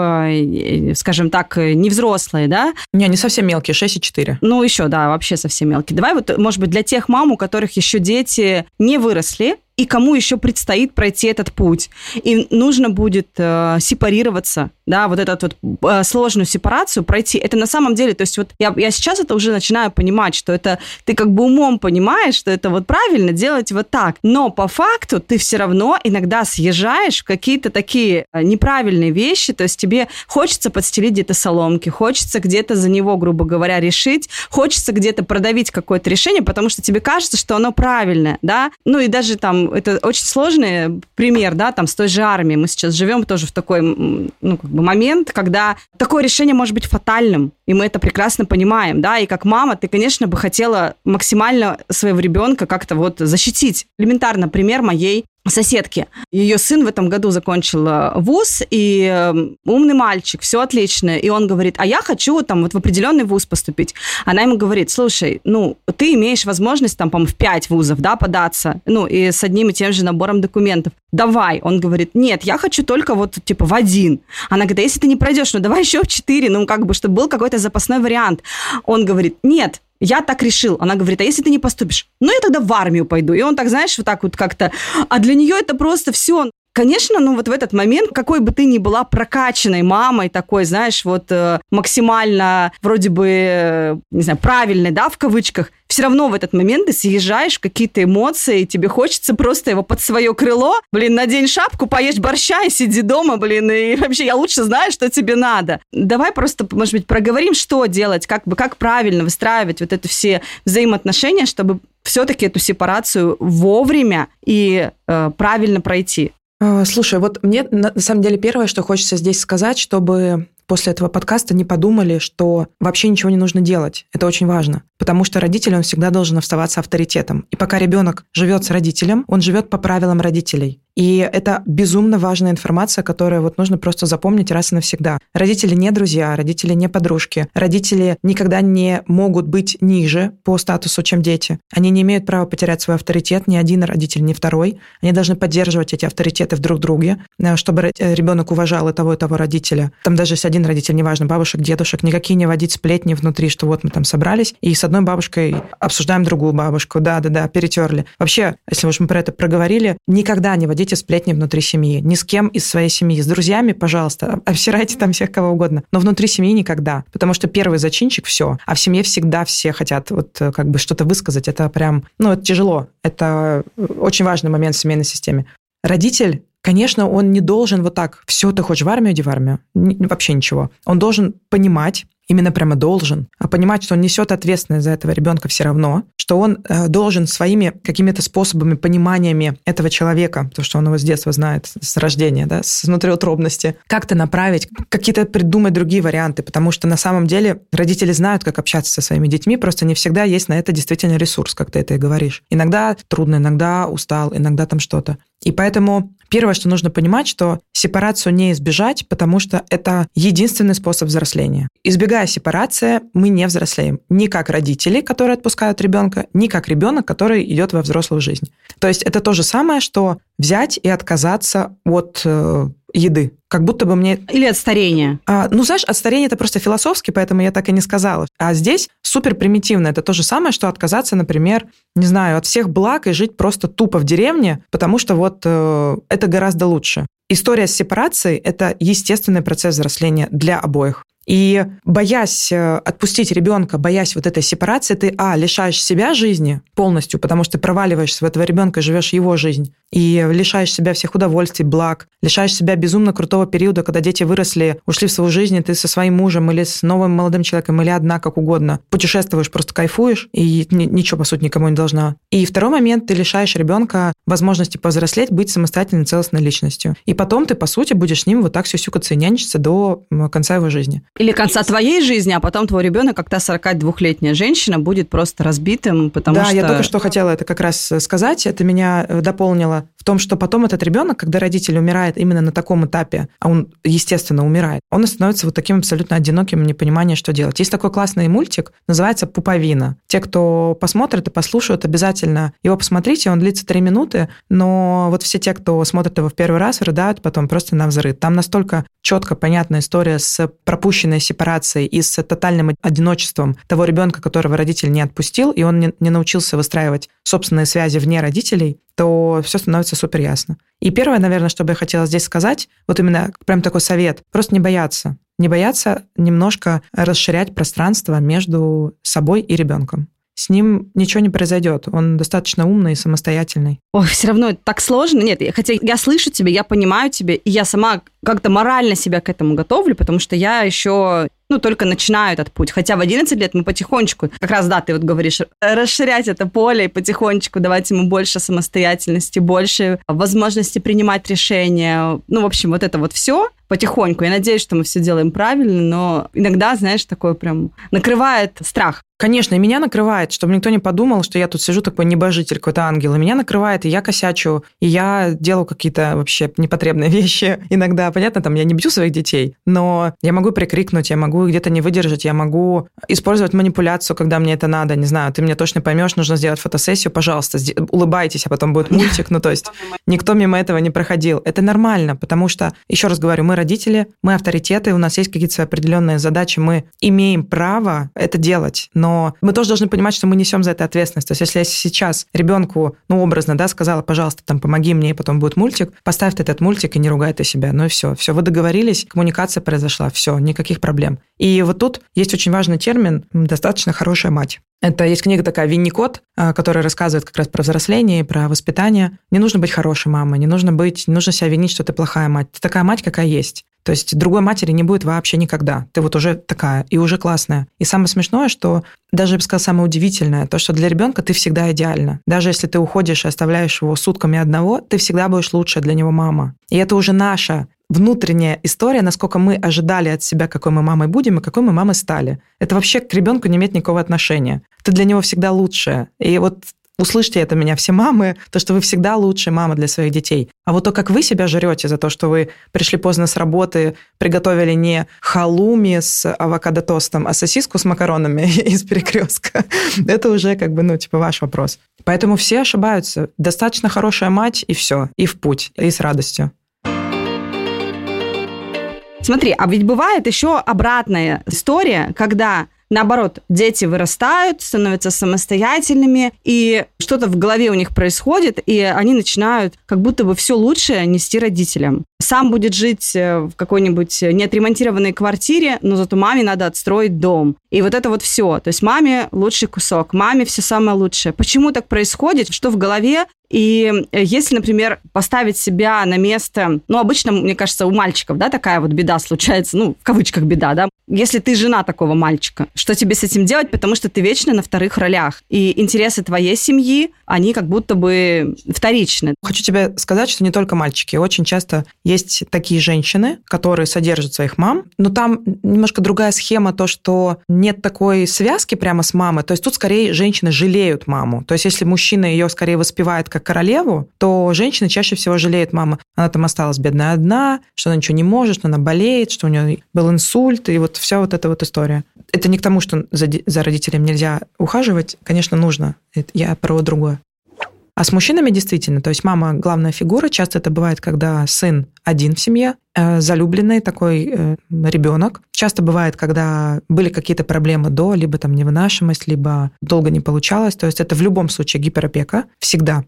еще, скажем так, не взрослые, да? Не, не совсем мелкие, шесть и четыре. Ну, еще, да, вообще совсем мелкие. Давай вот, может быть, для тех мам, у которых еще дети не выросли, и кому еще предстоит пройти этот путь. И нужно будет э, сепарироваться, да, вот эту вот э, сложную сепарацию пройти. Это на самом деле, то есть вот я, я сейчас это уже начинаю понимать, что это ты как бы умом понимаешь, что это вот правильно делать вот так. Но по факту ты все равно иногда съезжаешь в какие-то такие неправильные вещи, то есть тебе хочется подстелить где-то соломки, хочется где-то за него, грубо говоря, решить, хочется где-то продавить какое-то решение, потому что тебе кажется, что оно правильное, да. Ну и даже там это очень сложный пример, да, там, с той же армией. Мы сейчас живем тоже в такой, ну, как бы момент, когда такое решение может быть фатальным, и мы это прекрасно понимаем, да, и как мама ты, конечно, бы хотела максимально своего ребенка как-то вот защитить. Элементарно пример моей соседки. Ее сын в этом году закончил вуз, и умный мальчик, все отлично. И он говорит, а я хочу там вот в определенный вуз поступить. Она ему говорит, слушай, ну, ты имеешь возможность там, по-моему, в пять вузов, да, податься, ну, и с одним и тем же набором документов. Давай. Он говорит, нет, я хочу только вот, типа, в один. Она говорит, а если ты не пройдешь, ну, давай еще в четыре, ну, как бы, чтобы был какой-то запасной вариант. Он говорит, нет, я так решил. Она говорит, а если ты не поступишь? Ну, я тогда в армию пойду. И он так, знаешь, вот так вот как-то... А для нее это просто все... Конечно, ну вот в этот момент, какой бы ты ни была прокачанной мамой, такой, знаешь, вот э, максимально вроде бы, э, не знаю, правильной, да, в кавычках, все равно в этот момент ты съезжаешь в какие-то эмоции, и тебе хочется просто его под свое крыло, блин, надень шапку, поешь борща и сиди дома, блин, и вообще я лучше знаю, что тебе надо. Давай просто, может быть, проговорим, что делать, как бы, как правильно выстраивать вот это все взаимоотношения, чтобы все-таки эту сепарацию вовремя и э, правильно пройти. Слушай, вот мне на самом деле первое, что хочется здесь сказать, чтобы после этого подкаста не подумали, что вообще ничего не нужно делать. Это очень важно, потому что родитель, он всегда должен оставаться авторитетом. И пока ребенок живет с родителем, он живет по правилам родителей. И это безумно важная информация, которую вот нужно просто запомнить раз и навсегда. Родители не друзья, родители не подружки, родители никогда не могут быть ниже по статусу, чем дети. Они не имеют права потерять свой авторитет, ни один родитель, ни второй. Они должны поддерживать эти авторитеты в друг друге, чтобы ребенок уважал и того, и того родителя. Там даже если один родитель, неважно, бабушек, дедушек, никакие не водить сплетни внутри, что вот мы там собрались, и с одной бабушкой обсуждаем другую бабушку, да-да-да, перетерли. Вообще, если уж мы про это проговорили, никогда не водите сплетни внутри семьи. Ни с кем из своей семьи. С друзьями, пожалуйста, обсирайте там всех кого угодно. Но внутри семьи никогда. Потому что первый зачинщик – все. А в семье всегда все хотят вот как бы что-то высказать. Это прям, ну, это тяжело. Это очень важный момент в семейной системе. Родитель, конечно, он не должен вот так, все, ты хочешь в армию, иди в армию. Вообще ничего. Он должен понимать, именно прямо должен, а понимать, что он несет ответственность за этого ребенка все равно, что он должен своими какими-то способами, пониманиями этого человека, потому что он его с детства знает, с рождения, да, с внутриутробности, как-то направить, какие-то придумать другие варианты, потому что на самом деле родители знают, как общаться со своими детьми, просто не всегда есть на это действительно ресурс, как ты это и говоришь. Иногда трудно, иногда устал, иногда там что-то. И поэтому первое, что нужно понимать, что сепарацию не избежать, потому что это единственный способ взросления. Избегая сепарации, мы не взрослеем. Ни как родители, которые отпускают ребенка, ни как ребенок, который идет во взрослую жизнь. То есть это то же самое, что взять и отказаться от э, еды. Как будто бы мне... Или от старения. А, ну, знаешь, от старения это просто философски, поэтому я так и не сказала. А здесь супер примитивно. Это то же самое, что отказаться, например, не знаю, от всех благ и жить просто тупо в деревне, потому что вот э, это гораздо лучше. История с сепарацией – это естественный процесс взросления для обоих. И боясь отпустить ребенка, боясь вот этой сепарации, ты, а, лишаешь себя жизни полностью, потому что ты проваливаешься в этого ребенка и живешь его жизнь, и лишаешь себя всех удовольствий, благ, лишаешь себя безумно крутого периода, когда дети выросли, ушли в свою жизнь, и ты со своим мужем или с новым молодым человеком, или одна, как угодно, путешествуешь, просто кайфуешь, и ничего, по сути, никому не должна. И второй момент, ты лишаешь ребенка возможности повзрослеть, быть самостоятельной, целостной личностью. И потом ты, по сути, будешь с ним вот так сюсюкаться и нянчиться до конца его жизни. Или конца твоей жизни, а потом твой ребенок, как та сорокадвухлетняя женщина, будет просто разбитым, потому да, что... Да, я только что хотела это как раз сказать. Это меня дополнило в том, что потом этот ребенок, когда родитель умирает именно на таком этапе, а он, естественно, умирает, он становится вот таким абсолютно одиноким, непониманием, что делать. Есть такой классный мультик, называется «Пуповина». Те, кто посмотрит и послушают, обязательно его посмотрите. Он длится три минуты, но вот все те, кто смотрит его в первый раз, рыдают потом просто навзрыд. Там настолько четко понятная история с пропущенной сепарацией и с тотальным одиночеством того ребенка, которого родитель не отпустил, и он не, не научился выстраивать собственные связи вне родителей, то все становится супер ясно. И первое, наверное, что бы я хотела здесь сказать, вот именно прям такой совет, просто не бояться. Не бояться немножко расширять пространство между собой и ребенком. С ним ничего не произойдет. Он достаточно умный и самостоятельный. Ой, все равно это так сложно. Нет, хотя я слышу тебя, я понимаю тебя, и я сама как-то морально себя к этому готовлю, потому что я еще, ну, только начинаю этот путь. Хотя в одиннадцать лет мы потихонечку, как раз, да, ты вот говоришь, расширять это поле и потихонечку давать ему больше самостоятельности, больше возможности принимать решения. Ну, в общем, вот это вот все. потихоньку. Я надеюсь, что мы все делаем правильно, но иногда, знаешь, такое прям накрывает страх. Конечно, и меня накрывает, чтобы никто не подумал, что я тут сижу такой небожитель, какой-то ангел. И меня накрывает, и я косячу, и я делаю какие-то вообще непотребные вещи. Иногда, понятно, там я не бью своих детей, но я могу прикрикнуть, я могу где-то не выдержать, я могу использовать манипуляцию, когда мне это надо. Не знаю, ты меня точно поймешь, нужно сделать фотосессию, пожалуйста, улыбайтесь, а потом будет мультик. Ну, то есть никто мимо этого не проходил. Это нормально, потому что, еще раз говорю, мы родители, мы авторитеты, у нас есть какие-то свои определенные задачи, мы имеем право это делать, но Но мы тоже должны понимать, что мы несем за это ответственность. То есть, если я сейчас ребенку, ну, образно, да, сказала, пожалуйста, там, помоги мне, и потом будет мультик, поставь ты этот мультик и не ругай ты себя. Ну и все. Все, вы договорились, коммуникация произошла, все, никаких проблем. И вот тут есть очень важный термин «достаточно хорошая мать». Это есть книга такая «Винни-Кот», которая рассказывает как раз про взросление и про воспитание. Не нужно быть хорошей мамой, не нужно быть, не нужно себя винить, что ты плохая мать. Ты такая мать, какая есть. То есть другой матери не будет вообще никогда. Ты вот уже такая и уже классная. И самое смешное, что даже, я бы сказала, самое удивительное, то, что для ребенка ты всегда идеальна. Даже если ты уходишь и оставляешь его сутками одного, ты всегда будешь лучшая для него мама. И это уже наша внутренняя история, насколько мы ожидали от себя, какой мы мамой будем и какой мы мамой стали. Это вообще к ребенку не имеет никакого отношения. Ты для него всегда лучшая. И вот услышьте это меня, все мамы, то, что вы всегда лучшая мама для своих детей. А вот то, как вы себя жрете за то, что вы пришли поздно с работы, приготовили не халуми с авокадо-тостом, а сосиску с макаронами из Перекрестка, это уже как бы, ну, типа ваш вопрос. Поэтому все ошибаются. Достаточно хорошая мать, и все, и в путь, и с радостью. Смотри, а ведь бывает еще обратная история, когда, наоборот, дети вырастают, становятся самостоятельными, и что-то в голове у них происходит, и они начинают как будто бы все лучшее нести родителям. Сам будет жить в какой-нибудь неотремонтированной квартире, но зато маме надо отстроить дом. И вот это вот все. То есть маме лучший кусок, маме все самое лучшее. Почему так происходит? Что в голове? И если, например, поставить себя на место, ну, обычно, мне кажется, у мальчиков, да, такая вот беда случается, ну, в кавычках беда, да, если ты жена такого мальчика, что тебе с этим делать, потому что ты вечно на вторых ролях, и интересы твоей семьи, они как будто бы вторичны. Хочу тебе сказать, что не только мальчики, очень часто есть такие женщины, которые содержат своих мам, но там немножко другая схема, то, что нет такой связки прямо с мамой, то есть тут скорее женщины жалеют маму, то есть если мужчина ее скорее воспевает как королеву, то женщины чаще всего жалеют маму. Она там осталась бедная одна, что она ничего не может, что она болеет, что у нее был инсульт, и вот вся вот эта вот история. Это не к тому, что за, за родителями нельзя ухаживать, конечно, нужно. Это я про другое. А с мужчинами действительно, то есть мама главная фигура, часто это бывает, когда сын один в семье, э, залюбленный такой э, ребенок. Часто бывает, когда были какие-то проблемы до, либо там невынашиваемость, либо долго не получалось. То есть это в любом случае гиперопека всегда.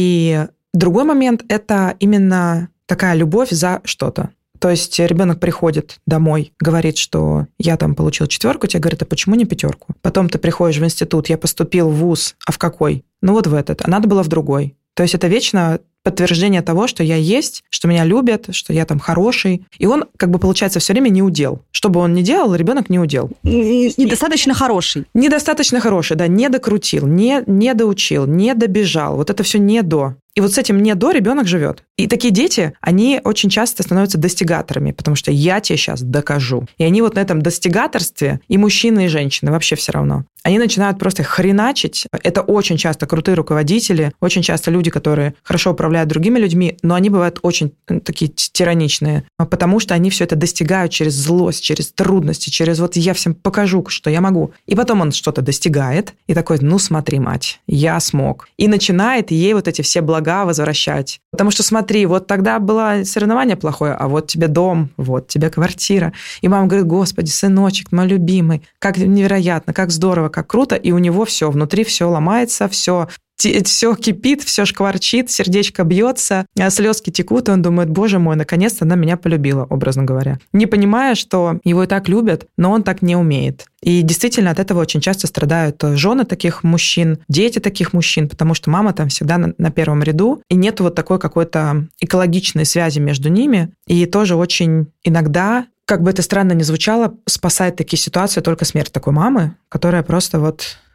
И другой момент – это именно такая любовь за что-то. То есть ребенок приходит домой, говорит, что я там получил четверку, тебе говорят, а почему не пятерку? Потом ты приходишь в институт, я поступил в вуз, а в какой? Ну вот в этот, а надо было в другой. То есть это вечно подтверждение того, что я есть, что меня любят, что я там хороший. И он, как бы, получается, все время не удел. Что бы он ни делал, ребенок не удел. Недостаточно хороший. Недостаточно хороший, да, не докрутил, не, не доучил, не добежал. Вот это все не до. И вот с этим «не до» ребенок живет. И такие дети, они очень часто становятся достигаторами, потому что я тебе сейчас докажу. И они вот на этом достигаторстве, и мужчины, и женщины, вообще все равно, они начинают просто хреначить. Это очень часто крутые руководители, очень часто люди, которые хорошо управляют другими людьми, но они бывают очень такие тираничные, потому что они все это достигают через злость, через трудности, через вот я всем покажу, что я могу. И потом он что-то достигает, и такой, ну смотри, мать, я смог. И начинает ей вот эти все блага возвращать. Потому что смотри, вот тогда было соревнование плохое, а вот тебе дом, вот тебе квартира. И мама говорит, господи, сыночек, мой любимый, как невероятно, как здорово, как круто. И у него все, внутри все ломается, все все кипит, все шкварчит, сердечко бьется, слезки текут, и он думает, боже мой, наконец-то она меня полюбила, образно говоря. Не понимая, что его и так любят, но он так не умеет. И действительно от этого очень часто страдают жены таких мужчин, дети таких мужчин, потому что мама там всегда на, на первом ряду, и нет вот такой какой-то экологичной связи между ними. И тоже очень иногда, как бы это странно ни звучало, спасает такие ситуации только смерть такой мамы, которая просто вот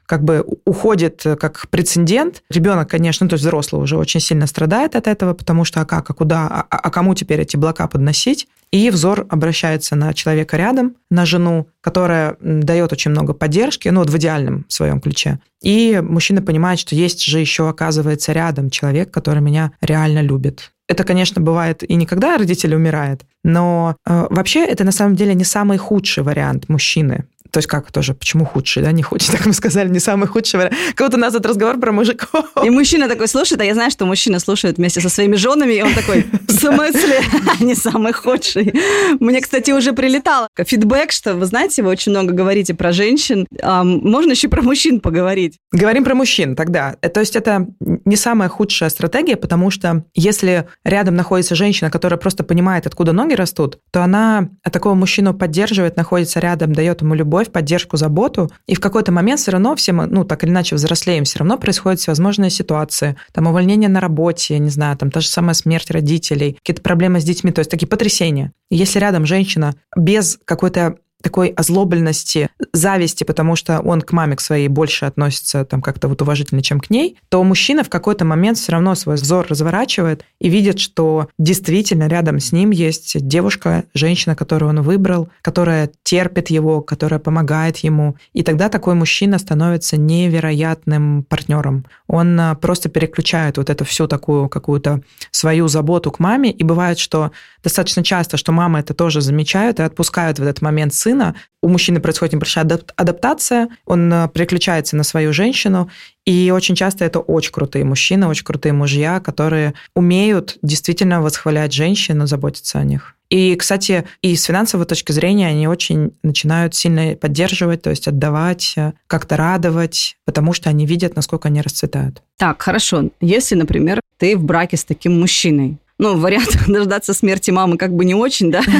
как бы уходит как прецедент. Ребенок, конечно, ну, то есть взрослый уже очень сильно страдает от этого, потому что а как, а куда, а, а кому теперь эти блока подносить? И взор обращается на человека рядом, на жену, которая дает очень много поддержки, ну вот в идеальном своем ключе. И мужчина понимает, что есть же еще, оказывается, рядом человек, который меня реально любит. Это, конечно, бывает и не когда родитель умирает, но э, вообще это на самом деле не самый худший вариант мужчины. То есть как тоже, почему худший, да, не худший, так мы сказали, не самый худший вариант. Как будто у нас этот разговор про мужиков. И мужчина такой слушает, а я знаю, что мужчина слушает вместе со своими женами, и он такой, в смысле, не самый худший. Мне, кстати, уже прилетало фидбэк, что, вы знаете, вы очень много говорите про женщин, а можно еще про мужчин поговорить? Говорим про мужчин тогда. То есть это не самая худшая стратегия, потому что если рядом находится женщина, которая просто понимает, откуда ноги растут, то она такого мужчину поддерживает, находится рядом, дает ему любовь, поддержку, заботу, и в какой-то момент все равно все мы, ну, так или иначе взрослеем, все равно происходят всевозможные ситуации, там, увольнение на работе, я не знаю, там, та же самая смерть родителей, какие-то проблемы с детьми, то есть такие потрясения. И если рядом женщина без какой-то такой озлобленности, зависти, потому что он к маме к своей больше относится там как-то вот уважительно, чем к ней, то мужчина в какой-то момент все равно свой взор разворачивает и видит, что действительно рядом с ним есть девушка, женщина, которую он выбрал, которая терпит его, которая помогает ему. И тогда такой мужчина становится невероятным партнером. Он просто переключает вот эту всю такую какую-то свою заботу к маме, и бывает, что достаточно часто, что мамы это тоже замечают и отпускают в этот момент сына. У мужчины происходит небольшая адаптация, он переключается на свою женщину, и очень часто это очень крутые мужчины, очень крутые мужья, которые умеют действительно восхвалять женщин и заботиться о них. И, кстати, и с финансовой точки зрения они очень начинают сильно поддерживать, то есть отдавать, как-то радовать, потому что они видят, насколько они расцветают. Так, хорошо. Если, например, ты в браке с таким мужчиной, ну, вариант дождаться смерти мамы как бы не очень, да?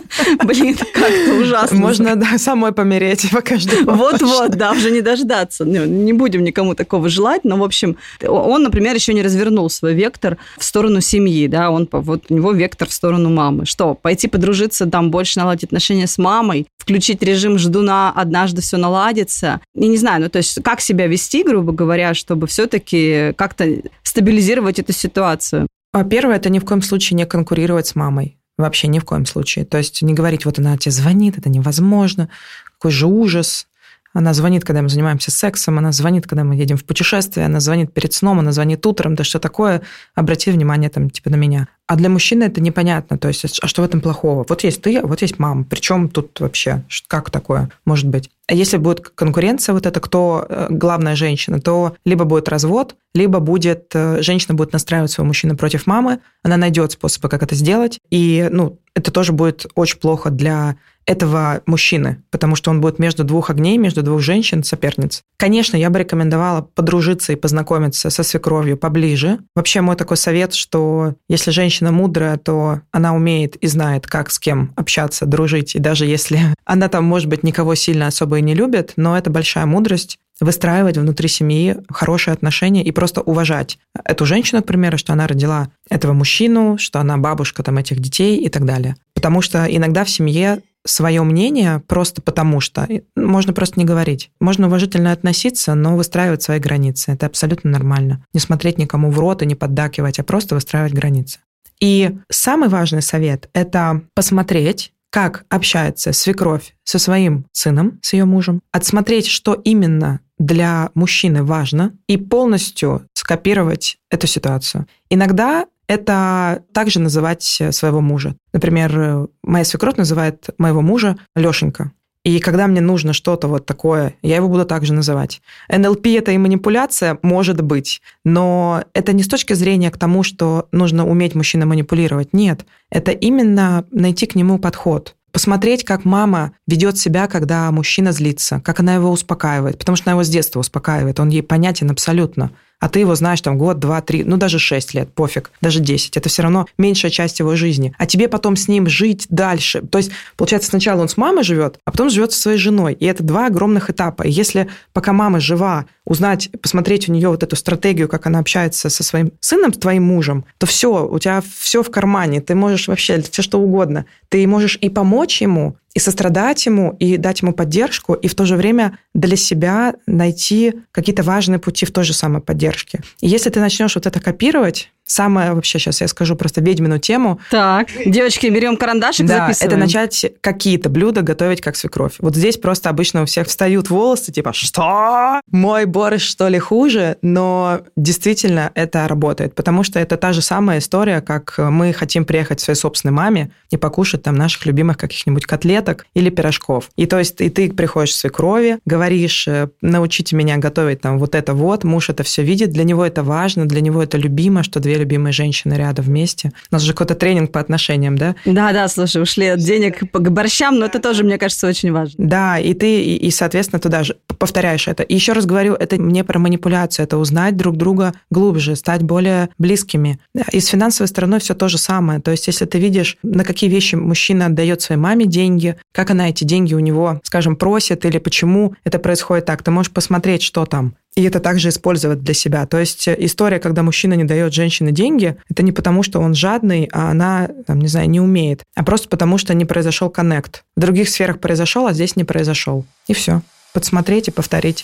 Блин, как-то ужасно. Можно, да, самой помереть, пока жду. Вот-вот, да, уже не дождаться. Не будем никому такого желать, но, в общем, он, например, еще не развернул свой вектор в сторону семьи, да, он, вот у него вектор в сторону мамы. Что, пойти подружиться, там, больше наладить отношения с мамой, включить режим ждуна, однажды все наладится? И не знаю, ну, то есть, как себя вести, грубо говоря, чтобы все-таки как-то стабилизировать эту ситуацию? Первое, это ни в коем случае не конкурировать с мамой. Вообще ни в коем случае. То есть не говорить, вот она тебе звонит, это невозможно, какой же ужас. Она звонит, когда мы занимаемся сексом, она звонит, когда мы едем в путешествие, она звонит перед сном, она звонит утром, да что такое, обрати внимание там, типа, на меня. А для мужчины это непонятно, то есть, а что в этом плохого? Вот есть ты, а вот есть мама, причем тут вообще, как такое может быть? А если будет конкуренция, вот это кто главная женщина, то либо будет развод, либо будет, женщина будет настраивать своего мужчину против мамы, она найдет способы, как это сделать, и, ну, это тоже будет очень плохо для этого мужчины, потому что он будет между двух огней, между двух женщин, соперниц. Конечно, я бы рекомендовала подружиться и познакомиться со свекровью поближе. Вообще мой такой совет, что если женщина мудрая, то она умеет и знает, как с кем общаться, дружить. И даже если она там, может быть, никого сильно особо и не любит, но это большая мудрость выстраивать внутри семьи хорошие отношения и просто уважать эту женщину, к примеру, что она родила этого мужчину, что она бабушка там, этих детей и так далее. Потому что иногда в семье свое мнение просто потому что можно просто не говорить. Можно уважительно относиться, но выстраивать свои границы. Это абсолютно нормально. Не смотреть никому в рот и не поддакивать, а просто выстраивать границы. И самый важный совет – это посмотреть, как общается свекровь со своим сыном, с ее мужем, отсмотреть, что именно для мужчины важно, и полностью скопировать эту ситуацию. Иногда это также называть своего мужа. Например, моя свекровь называет моего мужа Лешенька. И когда мне нужно что-то вот такое, я его буду также называть. эн эл пи – это и манипуляция, может быть, но это не с точки зрения к тому, что нужно уметь мужчиной манипулировать. Нет, это именно найти к нему подход. Посмотреть, как мама ведет себя, когда мужчина злится, как она его успокаивает, потому что она его с детства успокаивает, он ей понятен абсолютно. А ты его знаешь там год, два, три, ну даже шесть лет, пофиг, даже десять. Это все равно меньшая часть его жизни. А тебе потом с ним жить дальше. То есть, получается, сначала он с мамой живет, а потом живет со своей женой. И это два огромных этапа. И если пока мама жива, узнать, посмотреть у нее вот эту стратегию, как она общается со своим сыном, с твоим мужем, то все, у тебя все в кармане. Ты можешь вообще все что угодно. Ты можешь и помочь ему, и сострадать ему, и дать ему поддержку, и в то же время для себя найти какие-то важные пути в той же самой поддержке. И если ты начнешь вот это копировать, самое вообще, сейчас я скажу просто ведьмину тему. Так, девочки, берем карандашик, да, записываем. Это начать какие-то блюда готовить как свекровь. Вот здесь просто обычно у всех встают волосы, типа, что? Мой борщ, что ли, хуже? Но действительно это работает, потому что это та же самая история, как мы хотим приехать к своей собственной маме и покушать там наших любимых каких-нибудь котлеток или пирожков. И то есть и ты приходишь к свекрови, говоришь, научите меня готовить там вот это вот, муж это все видит, для него это важно, для него это любимо, что две любимые женщины рядом вместе. У нас же какой-то тренинг по отношениям, да? Да-да, слушай, ушли от денег к борщам, но это тоже, мне кажется, очень важно. Да, и ты, и, и соответственно, туда же повторяешь это. И еще раз говорю, это не про манипуляцию, это узнать друг друга глубже, стать более близкими. И с финансовой стороной все то же самое. То есть, если ты видишь, на какие вещи мужчина отдает своей маме деньги, как она эти деньги у него, скажем, просит, или почему это происходит так, ты можешь посмотреть, что там. И это также использовать для себя. То есть история, когда мужчина не дает женщине деньги, это не потому, что он жадный, а она, там, не знаю, не умеет, а просто потому, что не произошел коннект. В других сферах произошел, а здесь не произошел. И все. Подсмотреть и повторить.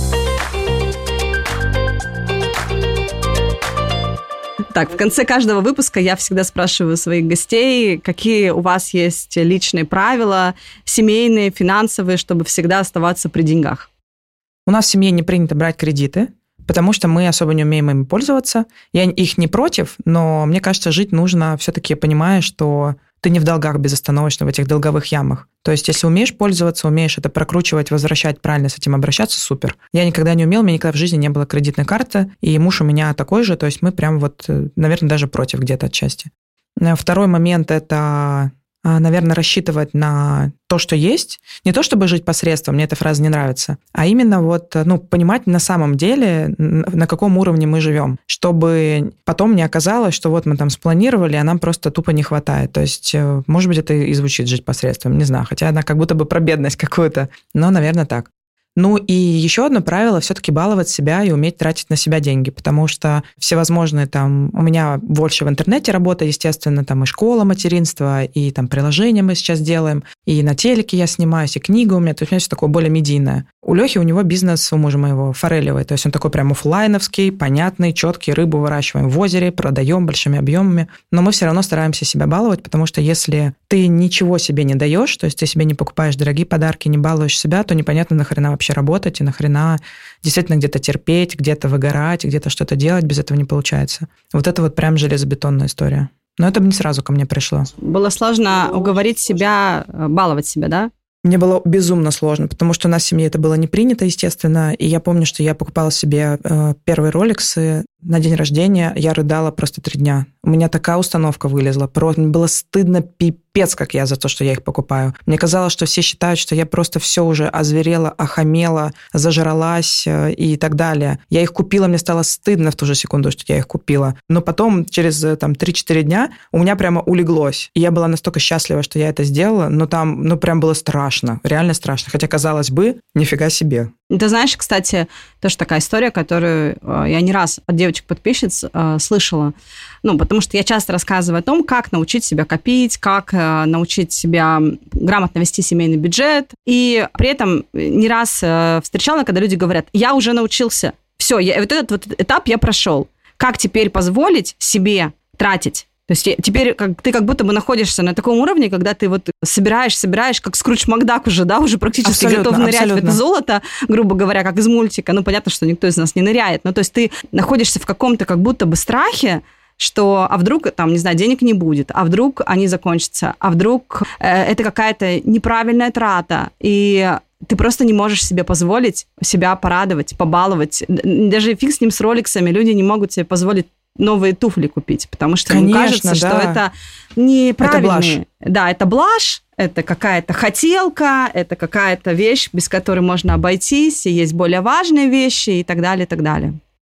Так, в конце каждого выпуска я всегда спрашиваю своих гостей, какие у вас есть личные правила, семейные, финансовые, чтобы всегда оставаться при деньгах. У нас в семье не принято брать кредиты, потому что мы особо не умеем ими пользоваться. Я их не против, но мне кажется, жить нужно все-таки, понимая, что ты не в долгах безостановочно, в этих долговых ямах. То есть, если умеешь пользоваться, умеешь это прокручивать, возвращать, правильно с этим обращаться, супер. Я никогда не умел, у меня никогда в жизни не было кредитной карты, и муж у меня такой же, то есть мы прям вот, наверное, даже против где-то отчасти. Второй момент – это, наверное, рассчитывать на то, что есть. Не то, чтобы жить посредством, мне эта фраза не нравится, а именно вот, ну, понимать на самом деле, на каком уровне мы живем, чтобы потом не оказалось, что вот мы там спланировали, а нам просто тупо не хватает. То есть, может быть, это и звучит жить посредством, не знаю, хотя она как будто бы про бедность какую-то, но, наверное, так. Ну и еще одно правило – все-таки баловать себя и уметь тратить на себя деньги, потому что всевозможные там… У меня больше в интернете работа, естественно, там и школа материнства, и там приложения мы сейчас делаем, и на телеке я снимаюсь, и книга у меня, то есть у меня все такое более медийное. У Лехи, у него бизнес, у мужа моего, форелевый, то есть он такой прям офлайновский, понятный, четкий, рыбу выращиваем в озере, продаем большими объемами, но мы все равно стараемся себя баловать, потому что если ты ничего себе не даешь, то есть ты себе не покупаешь дорогие подарки, не балуешь себя, то непонятно, нахрена вообще работать и нахрена действительно где-то терпеть, где-то выгорать, где-то что-то делать, без этого не получается. Вот это вот прям железобетонная история. Но это бы не сразу ко мне пришло. Было сложно уговорить себя, баловать себя, да? Мне было безумно сложно, потому что у нас в семье это было не принято, естественно, и я помню, что я покупала себе первые роликсы на день рождения, я рыдала просто три дня. У меня такая установка вылезла, просто мне было стыдно пипец, как я за то, что я их покупаю. Мне казалось, что все считают, что я просто все уже озверела, охамела, зажралась и так далее. Я их купила, мне стало стыдно в ту же секунду, что я их купила. Но потом, через там три-четыре дня, у меня прямо улеглось. И я была настолько счастлива, что я это сделала, но там, ну, прям было страшно, реально страшно. Хотя, казалось бы, нифига себе. Ты знаешь, кстати, тоже такая история, которую я не раз от девочек-подписчиц э, слышала. Ну, потому что я часто рассказываю о том, как научить себя копить, как э, научить себя грамотно вести семейный бюджет. И при этом не раз э, встречала, когда люди говорят, я уже научился, все, я, вот этот вот этап я прошел. Как теперь позволить себе тратить? То есть теперь как, ты как будто бы находишься на таком уровне, когда ты вот собираешь, собираешь, как Скрудж Макдак уже, да, уже практически абсолютно, готов нырять абсолютно. в это золото, грубо говоря, как из мультика. Ну, понятно, что никто из нас не ныряет. Ну, то есть ты находишься в каком-то как будто бы страхе, что, а вдруг, там, не знаю, денег не будет, а вдруг они закончатся, а вдруг э, это какая-то неправильная трата, и ты просто не можешь себе позволить себя порадовать, побаловать. Даже фиг с ним с роликсами, люди не могут себе позволить новые туфли купить, потому что им кажется, да. что это неправильно. Это блажь. Да, это блажь, это какая-то хотелка, это какая-то вещь, без которой можно обойтись, и есть более важные вещи и так далее, и так далее.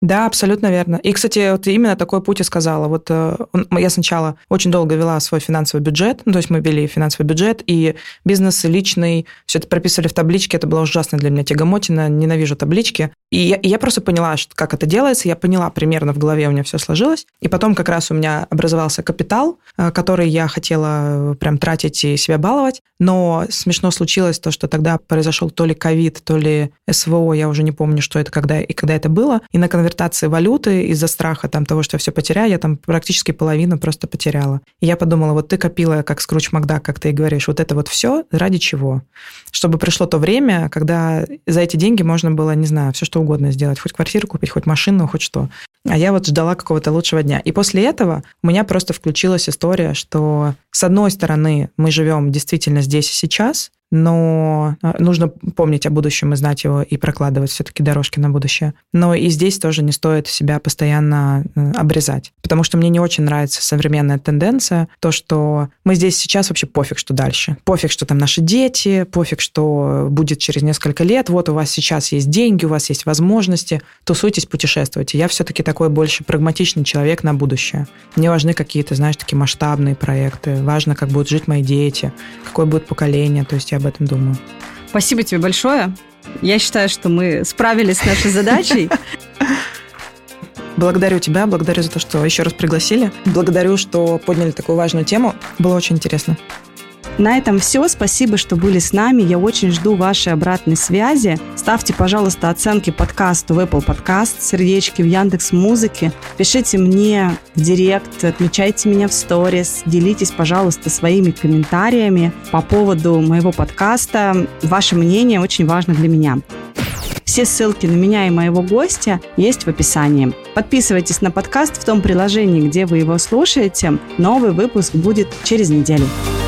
Да, абсолютно верно. И, кстати, вот именно такой путь и сказала. Вот я сначала очень долго вела свой финансовый бюджет, ну, то есть мы вели финансовый бюджет, и бизнес, и личный, все это прописывали в табличке, это было ужасно для меня тягомотина, ненавижу таблички. И я, и я просто поняла, что, как это делается, я поняла примерно в голове, у меня все сложилось. И потом как раз у меня образовался капитал, который я хотела прям тратить и себя баловать, но смешно случилось то, что тогда произошел то ли ковид, то ли СВО, я уже не помню, что это, когда и когда это было, и на конвертации валюты из-за страха там, того, что я все потеряю, я там практически половину просто потеряла. И я подумала, вот ты копила, как Скрудж Макдак, как ты и говоришь, вот это вот все ради чего? Чтобы пришло то время, когда за эти деньги можно было, не знаю, все что угодно сделать, хоть квартиру купить, хоть машину, хоть что. А я вот ждала какого-то лучшего дня. И после этого у меня просто включилась история, что с одной стороны мы живем действительно здесь и сейчас, но нужно помнить о будущем и знать его, и прокладывать все-таки дорожки на будущее. Но и здесь тоже не стоит себя постоянно обрезать, потому что мне не очень нравится современная тенденция, то, что мы здесь сейчас вообще пофиг, что дальше. Пофиг, что там наши дети, пофиг, что будет через несколько лет, вот у вас сейчас есть деньги, у вас есть возможности, тусуйтесь, путешествуйте. Я все-таки такой больше прагматичный человек на будущее. Мне важны какие-то, знаешь, такие масштабные проекты, важно, как будут жить мои дети, какое будет поколение, то есть я об этом думаю. Спасибо тебе большое. Я считаю, что мы справились с нашей задачей. Благодарю тебя, благодарю за то, что еще раз пригласили. Благодарю, что подняли такую важную тему. Было очень интересно. На этом все. Спасибо, что были с нами. Я очень жду вашей обратной связи. Ставьте, пожалуйста, оценки подкасту в Apple Podcast, сердечки в Яндекс.Музыке. Пишите мне в директ, отмечайте меня в сторис. Делитесь, пожалуйста, своими комментариями по поводу моего подкаста. Ваше мнение очень важно для меня. Все ссылки на меня и моего гостя есть в описании. Подписывайтесь на подкаст в том приложении, где вы его слушаете. Новый выпуск будет через неделю.